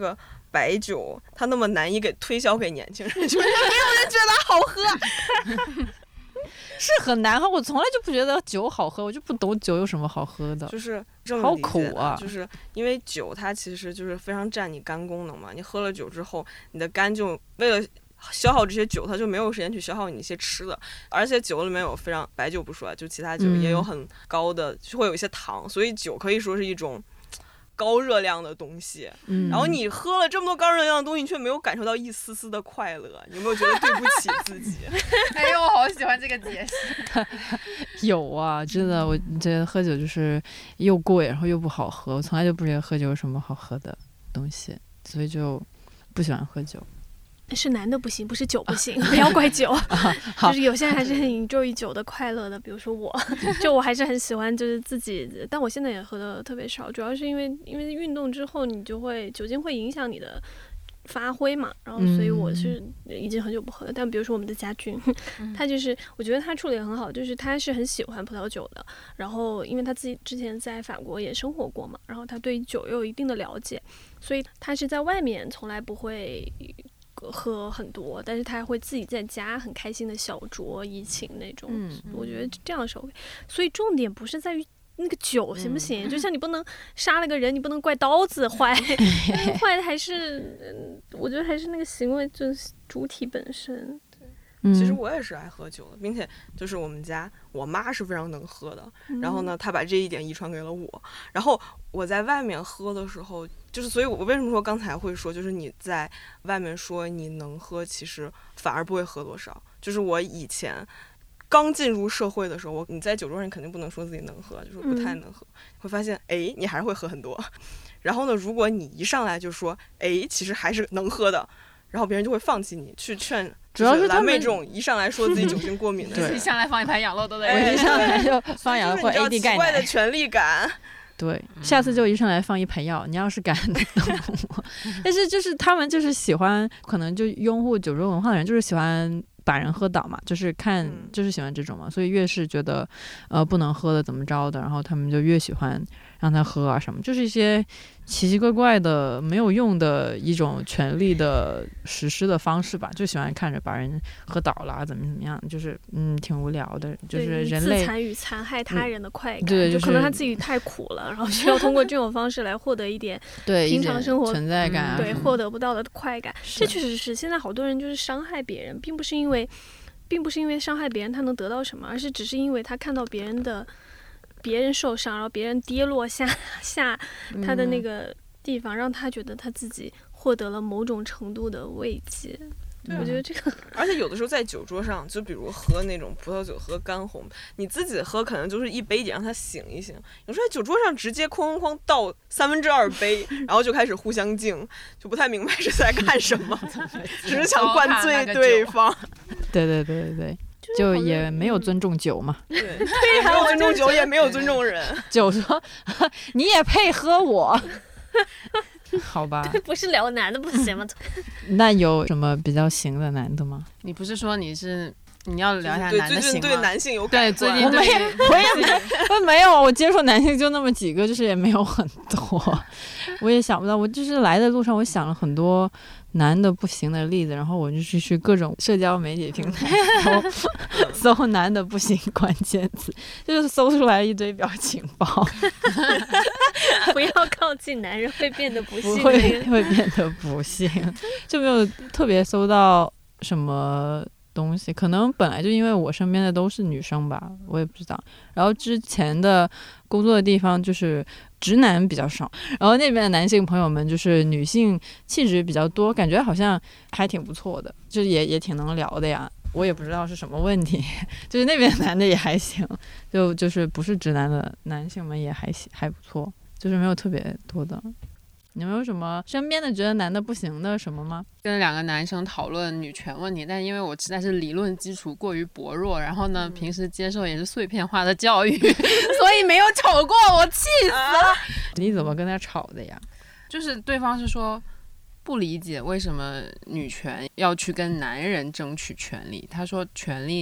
白酒它那么难以给推销给年轻人，就是没有人觉得好喝。 是很难喝，我从来就不觉得酒好喝，我就不懂酒有什么好喝的。 就是这么好理解的苦啊！ 就是因为酒它其实就是非常占你肝功能嘛，你喝了酒之后，你的肝就为了消耗这些酒，它就没有时间去消耗你一些吃的，而且酒里面有非常白酒不说，就其他酒也有很高的，就会有一些糖，所以酒可以说是一种高热量的东西。然后你喝了这么多高热量的东西，你却没有感受到一丝丝的快乐，你有没有觉得对不起自己？ 哎呦，我好喜欢这个解释。 有啊，真的，我觉得喝酒就是又贵，然后又不好喝，我从来就不觉得喝酒有什么好喝的东西，所以就不喜欢喝酒。 是男的不行，不是酒不行，不要怪酒。就是有些人还是很enjoy于酒的快乐的，比如说我，就我还是很喜欢就是自己，但我现在也喝的特别少，主要是因为运动之后你就会酒精会影响你的发挥嘛，然后所以我是已经很久不喝了。但比如说我们的家俊，他就是我觉得他处理得很好，就是他是很喜欢葡萄酒的，然后因为他自己之前在法国也生活过嘛，然后他对酒又有一定的了解，所以他是在外面从来不会喝很多，但是他会自己在家很开心的小酌怡情那种。我觉得这样是 OK。所以重点不是在于那个酒行不行，就像你不能杀了个人，你不能怪刀子坏，坏的还是我觉得还是那个行为就是主体本身。 其实我也是爱喝酒的，并且就是我们家我妈是非常能喝的，然后呢她把这一点遗传给了我，然后我在外面喝的时候，就是所以我为什么说刚才会说就是你在外面说你能喝，其实反而不会喝多少。就是我以前刚进入社会的时候，你在酒桌上肯定不能说自己能喝，就是不太能喝，会发现哎你还是会喝很多。然后呢如果你一上来就说哎其实还是能喝的，然后别人就会放弃你，去劝。 主要是蓝莓这种一上来说自己酒精过敏的人， 一上来放一盘羊肉都得， 我一上来就放羊肉或 AD 钙奶， 奇怪的权力感。 对，下次就一上来放一盆药，你要是敢弄我。但是就是他们就是喜欢，可能就拥护酒桌文化的人，就是喜欢把人喝倒嘛，就是看就是喜欢这种嘛，所以越是觉得不能喝的怎么着的，然后他们就越喜欢让他喝啊什么，就是一些奇奇怪怪的没有用的一种权力的实施的方式吧，就喜欢看着把人喝倒了怎么样，就是挺无聊的，就是人类自残与残害他人的快感， 对， 就可能他自己太苦了，然后需要通过这种方式来获得一点平常生活存在感啊， 对，获得不到的快感。这确实是现在好多人就是伤害别人，并不是因为伤害别人他能得到什么，而是只是因为他看到别人受伤，然后别人跌落下他的那个地方，让他觉得他自己获得了某种程度的慰藉。我觉得这个， 而且有的时候在酒桌上，就比如喝那种葡萄酒，喝干红，你自己喝可能就是一杯点让他醒一醒。有时候在酒桌上直接哐哐哐倒2/3杯，然后就开始互相敬，就不太明白是在干什么，只是想灌醉对方。 对。就也没有尊重酒嘛， 对，也没有尊重酒，也没有尊重人。 酒说你也配喝我，好吧？ 不是聊男的不行吗？ 那有什么比较行的男的吗？ 你不是说你要聊一下男的行吗？ 对男性有改观。 对，最近我没有，我接触男性就那么几个，就是也没有很多，我也想不到。我就是来的路上，我想了很多男的不行的例子，然后我就去各种社交媒体平台搜男的不行关键词，就是搜出来一堆表情包。 不要靠近男人会变得不幸， 会变得不幸，就没有特别搜到什么东西，可能本来就因为我身边的都是女生吧，我也不知道。然后之前的工作的地方就是直男比较少，然后那边的男性朋友们就是女性气质比较多，感觉好像还挺不错的，就是也挺能聊的呀。我也不知道是什么问题，就是那边男的也还行，就是不是直男的男性们也还不错，就是没有特别多的。你们有什么身边的觉得男的不行的什么吗？ 跟2个男生讨论女权问题，但因为我实在是理论基础过于薄弱，然后呢，平时接受也是碎片化的教育，所以没有吵过，我气死了。 你怎么跟他吵的呀？ 就是对方是说不理解为什么女权要去跟男人争取权利，他说权利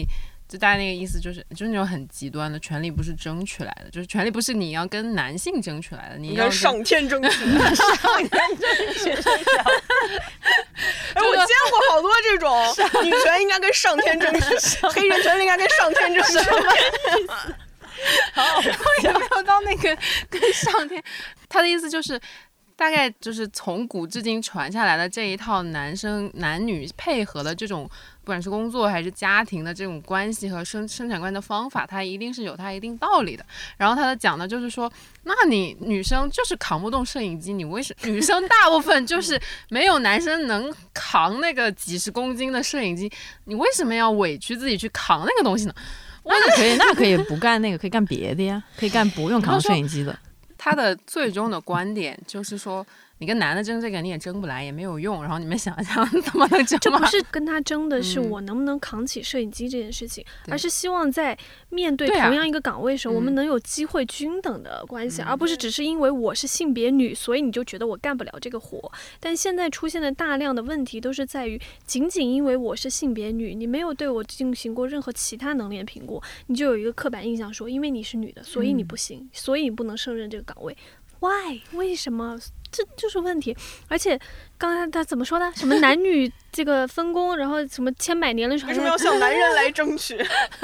就大概那个意思就是那种很极端的，权利不是争取来的，就是权利不是你要跟男性争取来的，你要上天争取。上天争取是哎，我见过好多这种女权应该跟上天争取，黑人权利应该跟上天争取。 好，也没有到那个跟上天，他的意思就是大概就是从古至今传下来的这一套男女配合的这种，不管是工作还是家庭的这种关系和生产关系的方法，它一定是有它一定道理的。然后他讲的就是说，那你女生就是扛不动摄影机，你为什么女生大部分就是没有男生能扛那个几十公斤的摄影机，你为什么要委屈自己去扛那个东西呢？ 那可以不干那个，可以干别的呀，可以干不用扛摄影机的。 他的最终的观点就是说，你跟男的争这个你也争不来，也没有用。然后你们想想怎么能争吗？ 这不是跟他争的是我能不能扛起摄影机这件事情，而是希望在面对同样一个岗位时，我们能有机会均等的关系，而不是只是因为我是性别女，所以你就觉得我干不了这个活。但现在出现的大量的问题都是在于，仅仅因为我是性别女，你没有对我进行过任何其他能力评估，你就有一个刻板印象说，因为你是女的，所以你不行，所以你不能胜任这个岗位。Why？ 为什么？这就是问题。而且刚才他怎么说的？什么男女这个分工，然后什么千百年的传， 为什么要向男人来争取？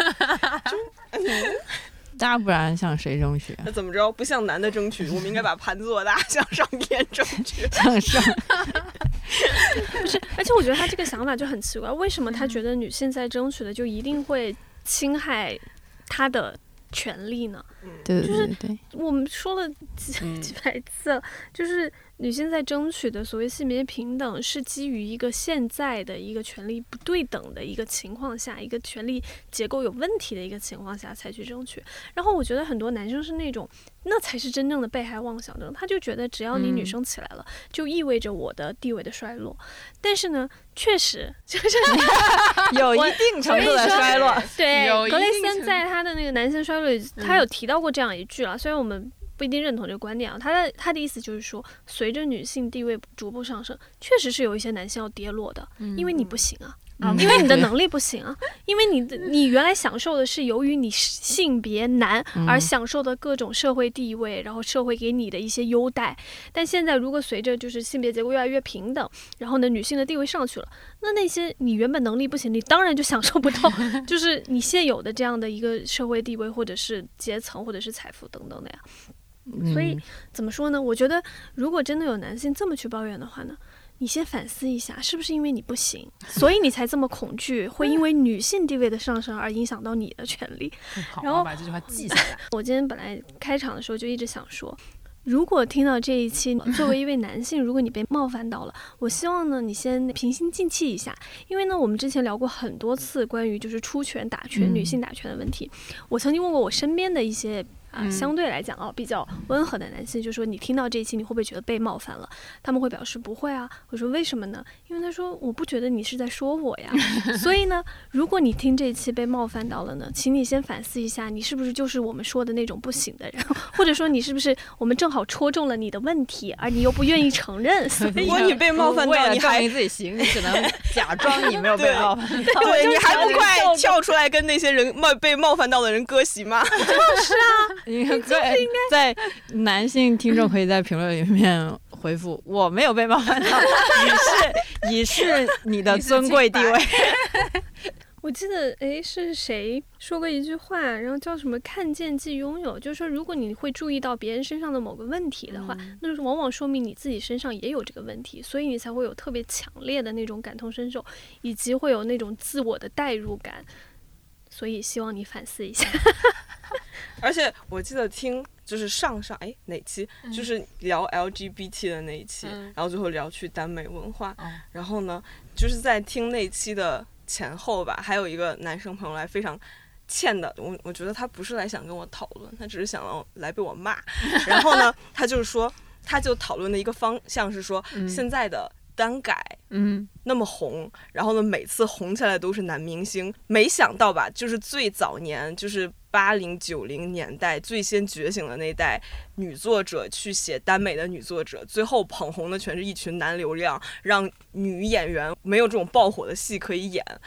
大家不然向谁争取？ 那怎么着？不向男的争取，我们应该把盘子做大，向上天争取。 向上。 不是，而且我觉得他这个想法就很奇怪，为什么他觉得女性在争取的就一定会侵害他的权利呢？ 对对对对， 我们说了几百次了，就是女性在争取的所谓性别平等，是基于一个现在的一个权利不对等的一个情况下，一个权利结构有问题的一个情况下才去争取。然后我觉得很多男生是那种，那才是真正的被害妄想症，他就觉得只要你女生起来了，就意味着我的地位的衰落。但是呢，确实就是有一定程度的衰落。 对，格雷森在他的那个男性衰落里，他有提到过这样一句了，虽然我们不一定认同这个观点啊，他的意思就是说，随着女性地位逐步上升，确实是有一些男性要跌落的，因为你不行啊。因为你的能力不行啊，因为你原来享受的是由于你性别男而享受的各种社会地位，然后社会给你的一些优待。但现在如果随着就是性别结构越来越平等，然后呢女性的地位上去了，那些你原本能力不行，你当然就享受不到就是你现有的这样的一个社会地位或者是阶层或者是财富等等的呀。所以怎么说呢？我觉得如果真的有男性这么去抱怨的话呢，你先反思一下，是不是因为你不行，所以你才这么恐惧，会因为女性地位的上升而影响到你的权利。然后把这句话记下来。 我今天本来开场的时候就一直想说，如果听到这一期，作为一位男性，如果你被冒犯到了，我希望呢你先平心静气一下，因为呢我们之前聊过很多次关于就是出拳打拳、女性打拳的问题。我曾经问过我身边的一些相对来讲比较温和的男性，就说你听到这一期你会不会觉得被冒犯了？他们会表示不会啊。我说为什么呢？因为他说我不觉得你是在说我呀。所以呢，如果你听这一期被冒犯到了呢，请你先反思一下，你是不是就是我们说的那种不行的人，或者说你是不是我们正好戳中了你的问题，而你又不愿意承认。所以如果你被冒犯到，你还证明自己行，你只能假装你没有被冒犯到。 对，你还不快跳出来跟那些人被冒犯到的人割席吗？ 就是啊， 你在男性听众可以在评论里面回复我没有被冒犯到，以示你的尊贵地位。 我记得是谁说过一句话，然后叫什么看见即拥有，就是说如果你会注意到别人身上的某个问题的话，那就是往往说明你自己身上也有这个问题，所以你才会有特别强烈的那种感同身受，以及会有那种自我的代入感。所以希望你反思一下。 而且我记得听就是上哪期就是聊 LGBT 的那一期，然后最后聊去耽美文化，然后呢就是在听那期的前后吧，还有一个男生朋友来非常欠的，我觉得他不是来想跟我讨论，他只是想要来被我骂。然后呢他就是说，他就讨论的一个方向是说，现在的单改那么红，然后呢每次红起来都是男明星，没想到吧，就是最早年就是80、90年代最先觉醒的那代女作者去写耽美的女作者，最后捧红的全是一群男流量，让女演员没有这种爆火的戏可以演。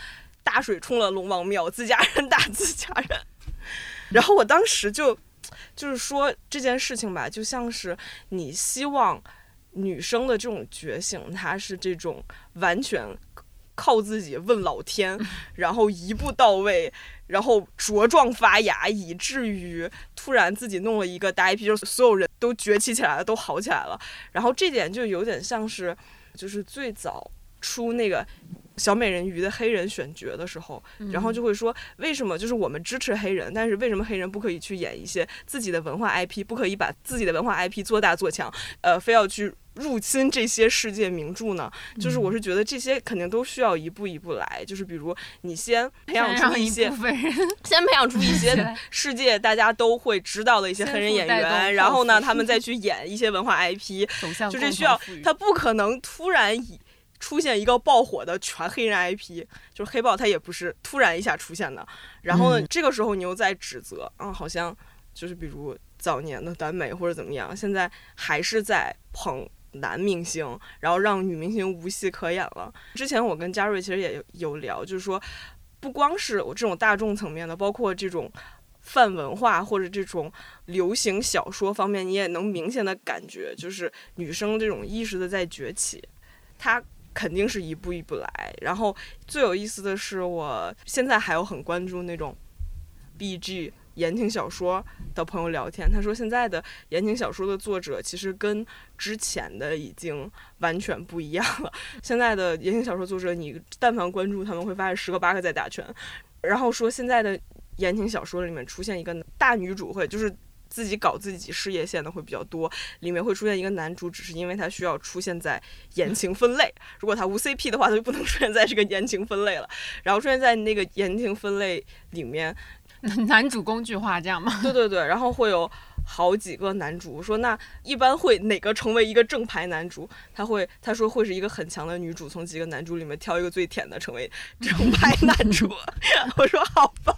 大水冲了龙王庙，自家人打自家人。然后我当时就是说这件事情吧，就像是你希望女生的这种觉醒，她是这种完全靠自己问老天，然后一步到位，然后茁壮发芽，以至于突然自己弄了一个大 IP， 就是所有人都崛起起来了，都好起来了。然后这点就有点像是，就是最早出那个小美人鱼的黑人选角的时候，然后就会说为什么就是我们支持黑人，但是为什么黑人不可以去演一些自己的文化 IP， 不可以把自己的文化 IP 做大做强，非要去入侵这些世界名著呢？就是我是觉得这些肯定都需要一步一步来，就是比如你先培养出一些，先培养出一些世界大家都会知道的一些黑人演员，然后呢他们再去演一些文化 IP， 就这需要他不可能突然出现一个爆火的全黑人 IP， 就是黑豹它也不是突然一下出现的。然后呢，这个时候你又在指责，好像就是比如早年的耽美或者怎么样，现在还是在捧男明星，然后让女明星无戏可演了。之前我跟嘉瑞其实也有聊，就是说不光是我这种大众层面的，包括这种泛文化或者这种流行小说方面，你也能明显的感觉，就是女生这种意识的在崛起，它肯定是一步一步来。然后最有意思的是，我现在还有很关注那种 BG 言情小说的朋友聊天，他说现在的言情小说的作者其实跟之前的已经完全不一样了。现在的言情小说作者，你但凡关注他们会发现10个8个在打拳。然后说现在的言情小说里面出现一个大女主，会就是自己搞自己事业线的会比较多，里面会出现一个男主，只是因为他需要出现在言情分类，如果他无 CP 的话，他就不能出现在这个言情分类了。然后出现在那个言情分类里面， 男主工具化这样吗？ 对对对，然后会有好几个男主，说那一般会哪个成为一个正牌男主？他说会是一个很强的女主，从几个男主里面挑一个最甜的成为正牌男主。我说好吧。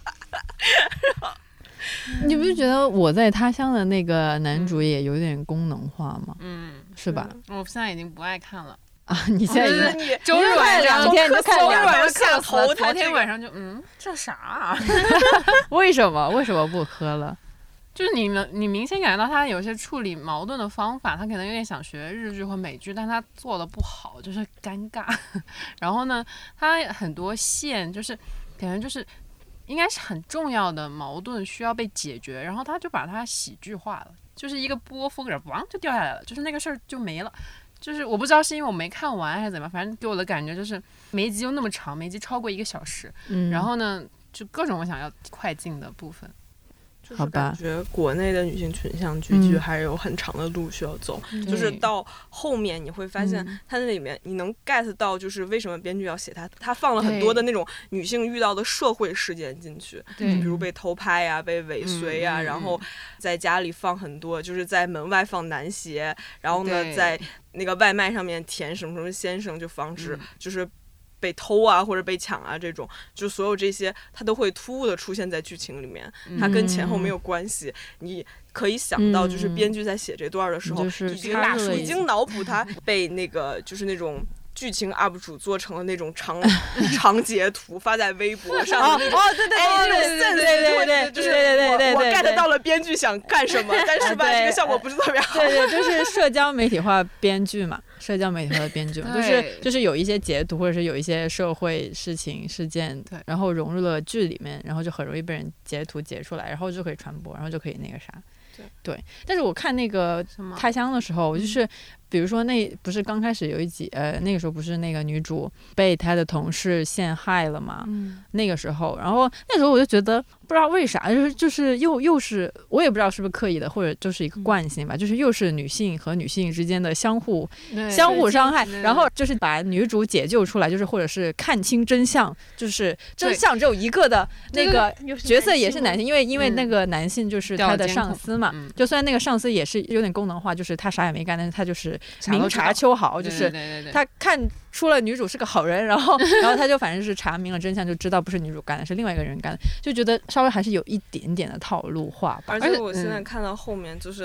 你不是觉得我在他乡的那个男主也有点功能化吗？是吧？ 我现在已经不爱看了啊！你现在已经周日晚上 2天你就看 2天下头， 头天晚上就这啥啊？ 为什么不喝了？ 就是你明显感觉到他有些处理矛盾的方法，他可能有点想学日剧或美剧，但他做的不好，就是尴尬。然后呢，他很多线就是感觉就是应该是很重要的矛盾需要被解决，然后他就把它喜剧化了，就是一个波峰，然后就掉下来了，就是那个事儿就没了。就是我不知道是因为我没看完还是怎么样，反正给我的感觉就是每一集又那么长，每一集超过1个小时，然后呢就各种我想要快进的部分。 就是感觉国内的女性群像剧还是有很长的路需要走，就是到后面你会发现它那里面你能 get 到就是为什么编剧要写它放了很多的那种女性遇到的社会事件进去，就比如被偷拍呀、被尾随呀，然后在家里放很多，就是在门外放男鞋，然后呢在那个外卖上面填什么什么先生，就防止就是被偷啊或者被抢啊，这种就所有这些它都会突兀的出现在剧情里面，它跟前后没有关系。你可以想到就是编剧在写这段的时候已经脑补它被那个就是那种剧情 UP 主做成了那种长截图发在微博上的那种。对，就是我 get 到了编剧想干什么，但是吧这个效果不是特别好。 对，就是社交媒体化编剧嘛，社交媒体化的编剧嘛，就是有一些截图或者是有一些社会事件，然后融入了剧里面，然后就很容易被人截图截出来，然后就可以传播，然后就可以那个啥。对，但是我看那个他乡的时候，我就是比如说那不是刚开始有一集那个时候不是那个女主被她的同事陷害了嘛，那个时候，然后那时候我就觉得不知道为啥，就是又是我也不知道是不是刻意的，或者就是一个惯性吧，就是又是女性和女性之间的相互伤害，然后就是把女主解救出来，就是或者是看清真相，就是真相只有一个的那个角色也是男性，因为那个男性就是他的上司嘛，就虽然那个上司也是有点功能化，就是他啥也没干，但是他就是明察秋毫，就是他看出了女主是个好人，然后他就反正是查明了真相，就知道不是女主干的，是另外一个人干的，就觉得稍微还是有一点点的套路化吧。 而且我现在看到后面就是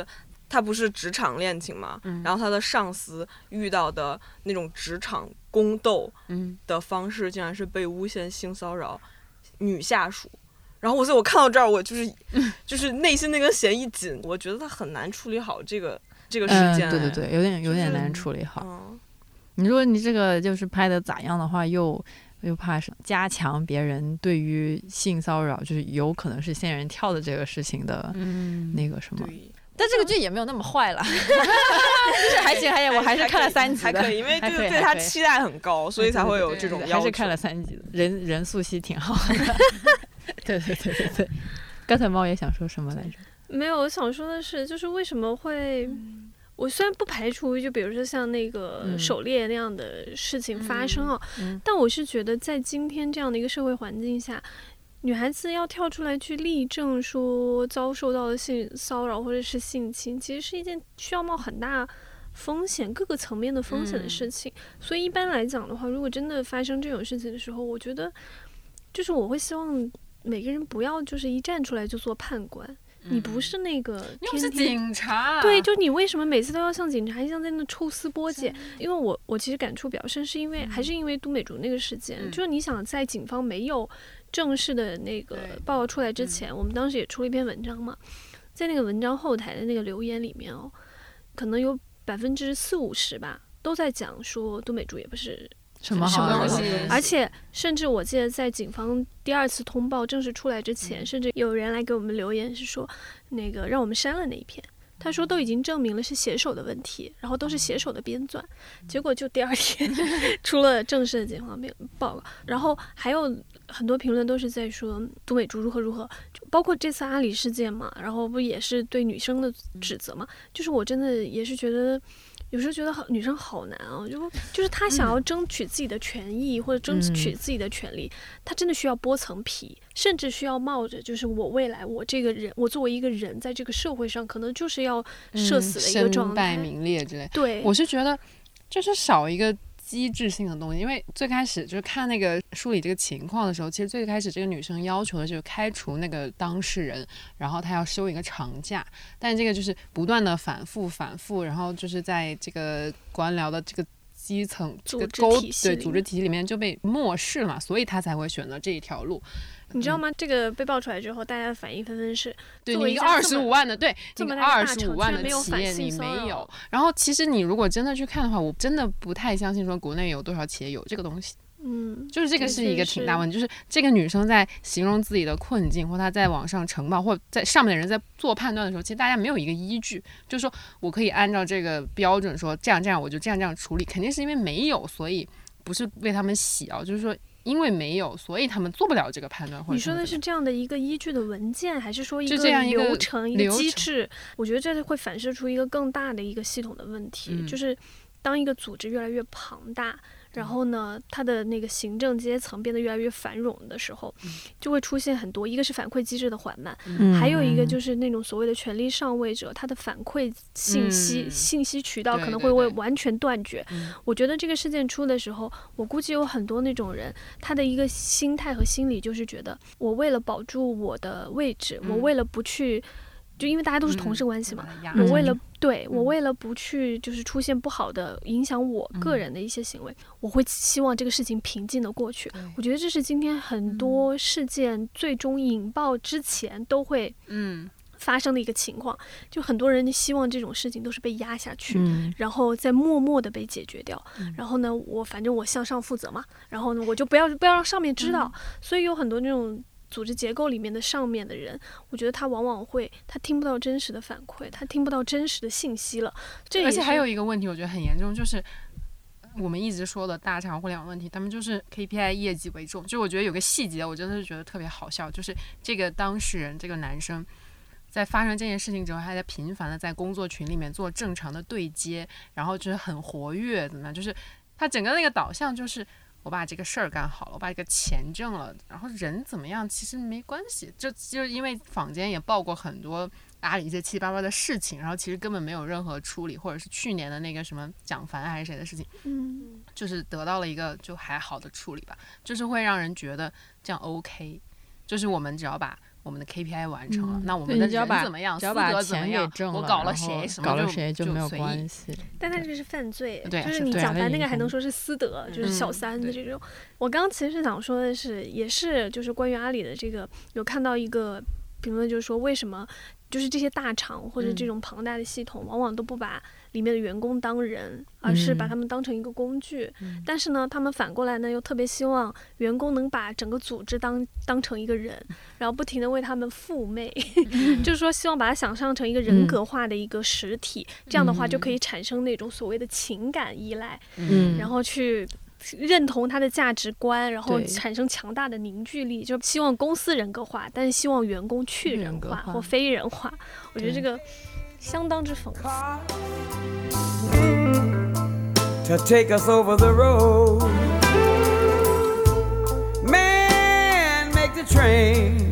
他不是职场恋情嘛，然后他的上司遇到的那种职场宫斗的方式，竟然是被诬陷性骚扰女下属。然后我看到这儿，我就是内心那根弦一紧，我觉得他很难处理好这个事件。 对对对，有点难处理好。你说你这个就是拍的咋样的话，又怕是加强别人对于性骚扰，就是有可能是仙人跳的这个事情的那个什么。但这个剧也没有那么坏了，就是还行，我还是看了3集的， 还可以，因为就是对他期待很高，所以才会有这种要求。 还是看了3集的，任素汐挺好的。对。刚才猫也想说什么来着？ 没有，我想说的是，就是为什么会，我虽然不排除就比如说像那个狩猎那样的事情发生啊，但我是觉得在今天这样的一个社会环境下，女孩子要跳出来去力证说遭受到的性骚扰或者是性侵，其实是一件需要冒很大风险、各个层面的风险的事情。所以一般来讲的话，如果真的发生这种事情的时候，我觉得就是我会希望每个人不要就是一站出来就做判官。你不是那个你又是警察， 对，就你为什么每次都要像警察一样在那抽丝剥茧？因为我其实感触比较深，是因为还是因为都美竹那个事件，就是你想在警方没有正式的那个报告出来之前，我们当时也出了一篇文章嘛，在那个文章后台的那个留言里面哦，可能有40-50%吧，都在讲说都美竹也不是什么好东西，而且甚至我记得在警方第2次通报正式出来之前，甚至有人来给我们留言是说，那个让我们删了那一篇。他说都已经证明了是写手的问题，然后都是写手的编纂，结果就第2天出了正式的警方报告，然后还有很多评论都是在说都美竹如何，包括这次阿里事件嘛，然后不也是对女生的指责嘛，就是我真的也是觉得。有时候觉得女生好难啊，就是她想要争取自己的权益或者争取自己的权利，她真的需要剥层皮，甚至需要冒着就是我未来我这个人，我作为一个人在这个社会上可能就是要社死的一个状态， 身败名裂之类。 对， 我是觉得就是少一个机制性的东西，因为最开始就是看那个梳理这个情况的时候，其实最开始这个女生要求的就是开除那个当事人，然后她要休一个长假，但这个就是不断的反复，然后就是在这个官僚的这个基层这个组织体系里面就被漠视了嘛，所以她才会选择这一条路。 你知道吗？这个被爆出来之后，大家的反应纷纷是， 对你一个25万的，对， 这么大的25万的企业你没有。然后其实你如果真的去看的话，我真的不太相信说国内有多少企业有这个东西。就是这个是一个挺大问题，就是这个女生在形容自己的困境，或她在网上呈报，或在上面的人在做判断的时候，其实大家没有一个依据，就是说我可以按照这个标准说这样我就这样处理，肯定是因为没有，所以不是为他们洗啊，就是说。因为没有，所以他们做不了这个判断。或者你说的是这样的一个依据的文件，还是说一个流程、一个机制？我觉得这会反射出一个更大的一个系统的问题，就是当一个组织越来越庞大。然后呢，它的那个行政阶层变得越来越繁荣的时候，就会出现很多，一个是反馈机制的缓慢，还有一个就是那种所谓的权力上位者，他的反馈信息渠道可能会完全断绝。我觉得这个事件出的时候，我估计有很多那种人，他的一个心态和心理就是觉得，我为了保住我的位置，我为了不去。就因为大家都是同事关系嘛，我为了不去就是出现不好的影响我个人的一些行为，我会希望这个事情平静的过去。我觉得这是今天很多事件最终引爆之前都会发生的一个情况，就很多人希望这种事情都是被压下去，然后再默默的被解决掉。然后呢，反正我向上负责嘛，然后呢我就不要让上面知道。所以有很多那种组织结构里面的上面的人，我觉得他往往他听不到真实的反馈，他听不到真实的信息了。 而且还有一个问题，我觉得很严重，就是我们一直说的大厂互联网问题，他们就是 KPI 业绩为重。就我觉得有个细节，我真的是觉得特别好笑，就是这个当事人这个男生在发生这件事情之后，还在频繁的在工作群里面做正常的对接，然后就是很活跃，怎么样？就是他整个那个导向就是我把这个事儿干好了，我把这个钱挣了，然后人怎么样其实没关系。就因为坊间也报过很多阿里一些七七八八的事情，然后其实根本没有任何处理，或者是去年的那个什么蒋凡还是谁的事情，就是得到了一个就还好的处理吧，就是会让人觉得这样 OK， 就是我们只要把我们的 KPI 完成了，那我们的人怎么样， 只要把私德怎么样，我搞了谁，什么就没有关系。 但那这是犯罪， 对， 就是你讲白那个还能说是私德，就是小三的这种。我刚其实想说的是，也是就是关于阿里的这个，有看到一个评论，就是说为什么就是这些大厂或者这种庞大的系统，往往都不把里面的员工当人，而是把他们当成一个工具。但是呢，他们反过来呢，又特别希望员工能把整个组织当成一个人，然后不停的为他们赋媚，就是说希望把它想象成一个人格化的一个实体，这样的话就可以产生那种所谓的情感依赖，然后去认同他的价值观，然后产生强大的凝聚力，就希望公司人格化，但是希望员工去人化或非人化。我觉得这个相当之讽刺。 To take us over the road, man, make the trains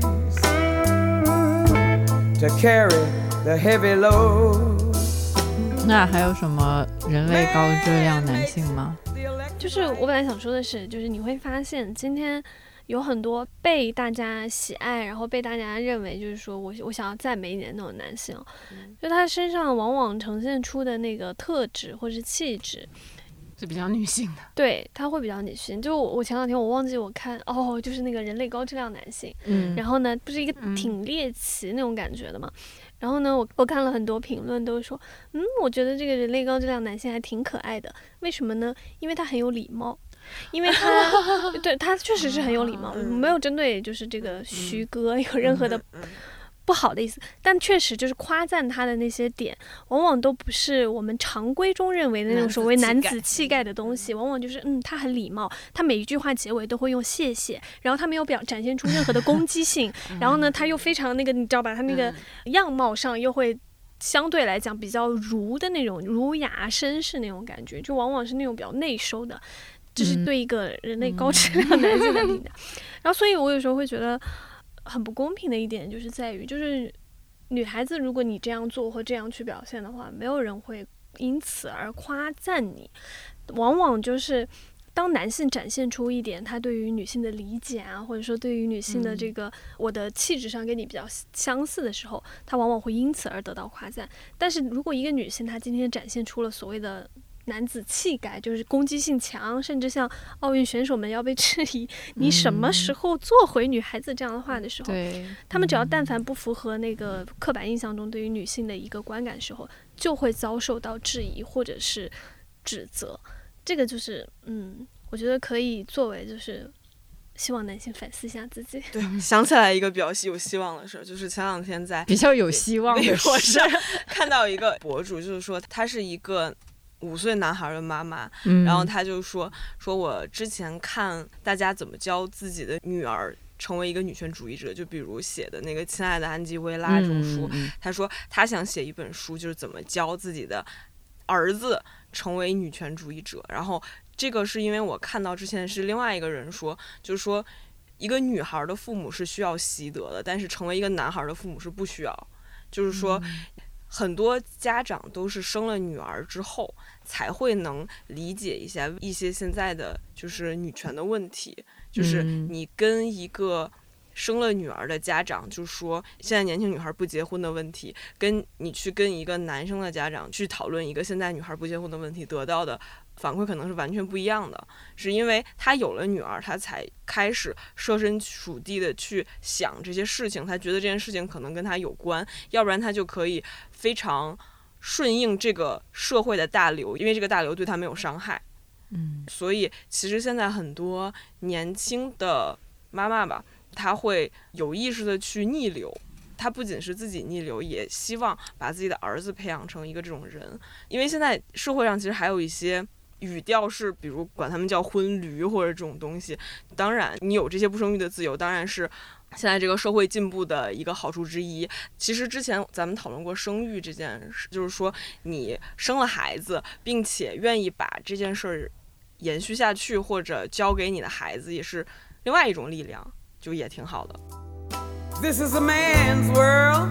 to carry the heavy load. 那还有什么人类高质量男性吗？ 就是我本来想说的是，就是你会发现今天有很多被大家喜爱，然后被大家认为就是说我想要赞美一点那种男性，就他身上往往呈现出的那个特质或是气质是比较女性的， 对，他会比较女性。就我前两天我忘记我看就是那个人类高质量男性，然后呢不是一个挺猎奇那种感觉的嘛，然后呢我看了很多评论都说我觉得这个人类高质量男性还挺可爱的，为什么呢？因为他很有礼貌，因为他对他确实是很有礼貌，没有针对就是这个徐哥有任何的不好的意思，但确实就是夸赞他的那些点，往往都不是我们常规中认为的那种所谓男子气概的东西，往往就是他很礼貌，他每一句话结尾都会用谢谢，然后他没有展现出任何的攻击性，然后呢他又非常那个你知道吧，他那个样貌上又会相对来讲比较儒的那种儒雅绅士那种感觉，就往往是那种比较内收的，这是对一个人类高质量男性的评价。然后所以我有时候会觉得很不公平的一点就是在于，就是女孩子如果你这样做或这样去表现的话，没有人会因此而夸赞你，往往就是当男性展现出一点他对于女性的理解啊，或者说对于女性的这个我的气质上跟你比较相似的时候，他往往会因此而得到夸赞。但是如果一个女性她今天展现出了所谓的男子气概，就是攻击性强，甚至像奥运选手们要被质疑你什么时候做回女孩子这样的话的时候，他们只要但凡不符合那个刻板印象中对于女性的一个观感的时候，就会遭受到质疑或者是指责。这个就是我觉得可以作为就是希望男性反思一下自己。 对，想起来一个比较有希望的事，就是前两天在比较有希望的事看到一个博主，就是说他是一个5岁男孩的妈妈，然后他就说我之前看大家怎么教自己的女儿成为一个女权主义者，就比如写的那个亲爱的安吉薇拉这种书，他说他想写一本书，就是怎么教自己的儿子成为女权主义者。然后这个是因为我看到之前是另外一个人说，就是说一个女孩的父母是需要习得的，但是成为一个男孩的父母是不需要，就是说很多家长都是生了女儿之后才会能理解一些现在的就是女权的问题，就是你跟一个生了女儿的家长就说现在年轻女孩不结婚的问题，跟你去跟一个男生的家长去讨论一个现在女孩不结婚的问题，得到的反馈可能是完全不一样的。是因为他有了女儿，他才开始设身处地的去想这些事情，他觉得这件事情可能跟他有关，要不然他就可以非常顺应这个社会的大流，因为这个大流对他没有伤害。所以其实现在很多年轻的妈妈吧，她会有意识的去逆流，她不仅是自己逆流，也希望把自己的儿子培养成一个这种人。因为现在社会上其实还有一些语调是比如管他们叫婚驴或者这种东西，当然你有这些不生育的自由当然是现在这个社会进步的一个好处之一。其实之前咱们讨论过生育这件事，就是说你生了孩子并且愿意把这件事延续下去或者交给你的孩子，也是另外一种力量，就也挺好的。 This is a man's world,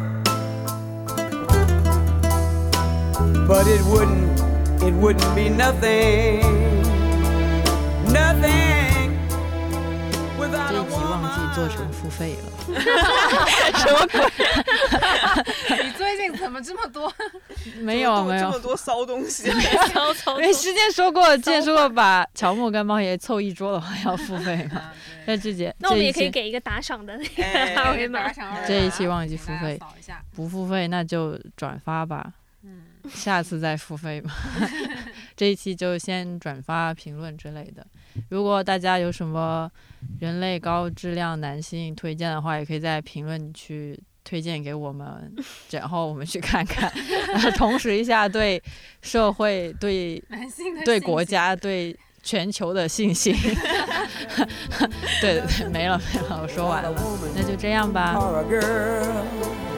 but it wouldn't be nothing 这一集忘记做成付费了。 什么鬼？ 你最近怎么这么多？ 没有这么多骚东西。 因为之前说过把乔木跟猫爷凑一桌的话要付费嘛。那那我们也可以给一个打赏的那个二维码。 这一期忘记付费，不付费那就转发吧。下次再付费吧。这一期就先转发评论之类的。如果大家有什么人类高质量男性推荐的话，也可以在评论区推荐给我们，然后我们去看看，同时一下对社会、对国家、对全球的信心。对，没了，我说完了，那就这样吧。